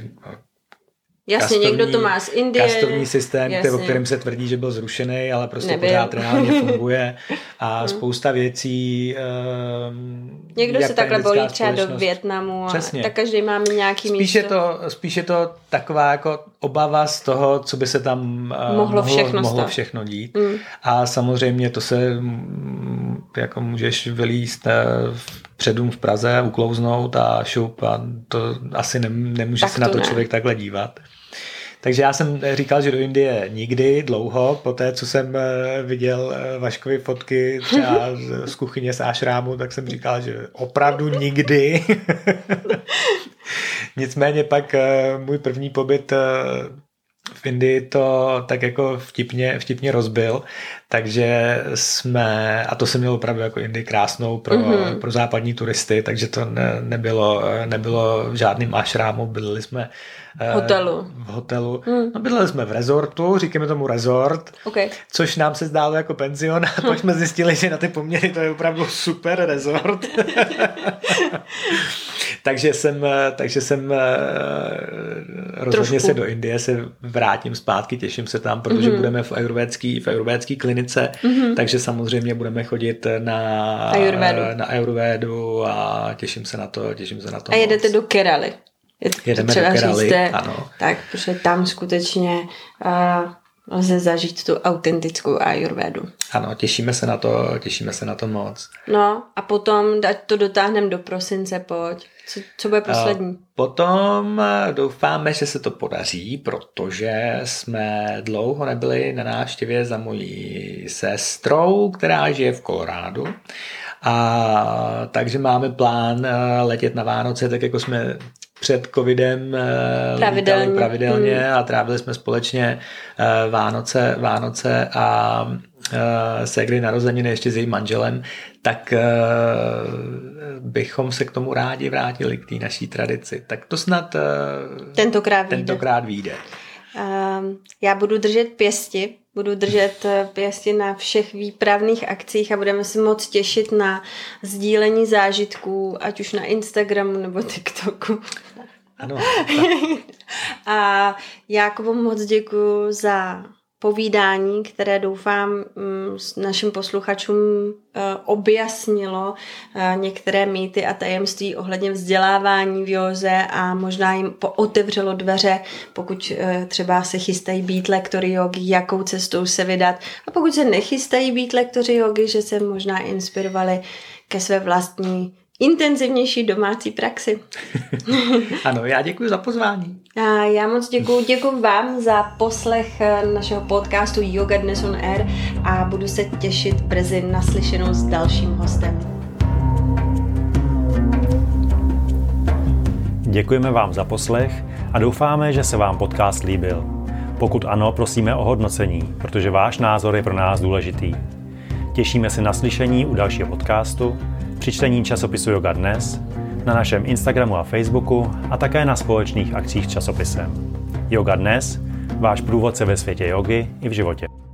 [SPEAKER 2] Jasně, kastovní, někdo to má z Indie.
[SPEAKER 3] Kastovní systém, který, o kterém se tvrdí, že byl zrušený, ale prostě Nebyl. pořád reálně funguje. A hmm. spousta věcí. Um,
[SPEAKER 2] někdo se takhle bolí třeba do Vietnamu. A Přesně. tak každý máme nějaký
[SPEAKER 3] spíš
[SPEAKER 2] místo.
[SPEAKER 3] Je to, spíš je to taková jako obava z toho, co by se tam uh,
[SPEAKER 2] mohlo, všechno,
[SPEAKER 3] mohlo všechno dít. Hmm. A samozřejmě to se m, jako můžeš vylíst uh, před dům v Praze, uklouznout a šup a to asi ne, nemůže tak se na to ne. člověk takhle dívat. Takže já jsem říkal, že do Indie nikdy, dlouho, po té, co jsem viděl Vaškovy fotky třeba z kuchyně z ášrámu, tak jsem říkal, že opravdu nikdy. Nicméně pak můj první pobyt v Indii to tak jako vtipně, vtipně rozbil, takže jsme, a to jsem měl opravdu jako Indii krásnou pro, mm-hmm. pro západní turisty, takže to ne, nebylo, nebylo v žádným ášrámu, bydleli jsme
[SPEAKER 2] hotelu.
[SPEAKER 3] v hotelu. Mm. No, bydleli jsme v rezortu, říkáme tomu rezort,
[SPEAKER 2] okay.
[SPEAKER 3] což nám se zdálo jako penzion a pak jsme zjistili, že na ty poměry to je opravdu super rezort. takže jsem, takže jsem rozhodně se do Indie se vrátím zpátky, těším se tam, protože mm-hmm. budeme v ayurvédský, v ayurvédský klinice, mm-hmm. takže samozřejmě budeme chodit na
[SPEAKER 2] Ayurvédu.
[SPEAKER 3] na ayurvédu a těším se na to, těším se na to.
[SPEAKER 2] A jedete moc. do Kerali.
[SPEAKER 3] Jedeme do Kerali, ano.
[SPEAKER 2] Tak, protože tam skutečně uh, lze zažít tu autentickou ayurvédu.
[SPEAKER 3] Ano, těšíme se na to, těšíme se na to moc.
[SPEAKER 2] No a potom to dotáhneme do prosince, pojď. Co, co bude poslední?
[SPEAKER 3] A potom doufáme, že se to podaří, protože jsme dlouho nebyli na návštěvě za mojí sestrou, která žije v Kolorádu. A takže máme plán letět na Vánoce, tak jako jsme před covidem pravidelně, pravidelně hmm. a trávili jsme společně Vánoce, Vánoce a ségry narozeniny ještě s jejím manželem, tak bychom se k tomu rádi vrátili, k té naší tradici. Tak to snad
[SPEAKER 2] tentokrát vyjde.
[SPEAKER 3] Tentokrát vyjde.
[SPEAKER 2] Já budu držet pěsti, budu držet pěsti na všech výpravných akcích a budeme se moc těšit na sdílení zážitků, ať už na Instagramu nebo TikToku.
[SPEAKER 3] Ano.
[SPEAKER 2] A Jákobu moc děkuju za povídání, které doufám s našim posluchačům objasnilo některé mýty a tajemství ohledně vzdělávání v józe a možná jim pootevřelo dveře, pokud třeba se chystají být lektory jógy, jakou cestou se vydat. A pokud se nechystají být lektory jógy, že se možná inspirovali ke své vlastní intenzivnější domácí praxi.
[SPEAKER 3] Ano, já děkuji za pozvání.
[SPEAKER 2] A já moc děkuji, děkuji vám za poslech našeho podcastu Yoga Dnes on Air a budu se těšit brzy na slyšenou s dalším hostem.
[SPEAKER 1] Děkujeme vám za poslech a doufáme, že se vám podcast líbil. Pokud ano, prosíme o hodnocení, protože váš názor je pro nás důležitý. Těšíme se na slyšení u dalšího podcastu, při čtení časopisu Yoga Dnes, na našem Instagramu a Facebooku a také na společných akcích s časopisem. Yoga Dnes, váš průvodce ve světě jogy i v životě.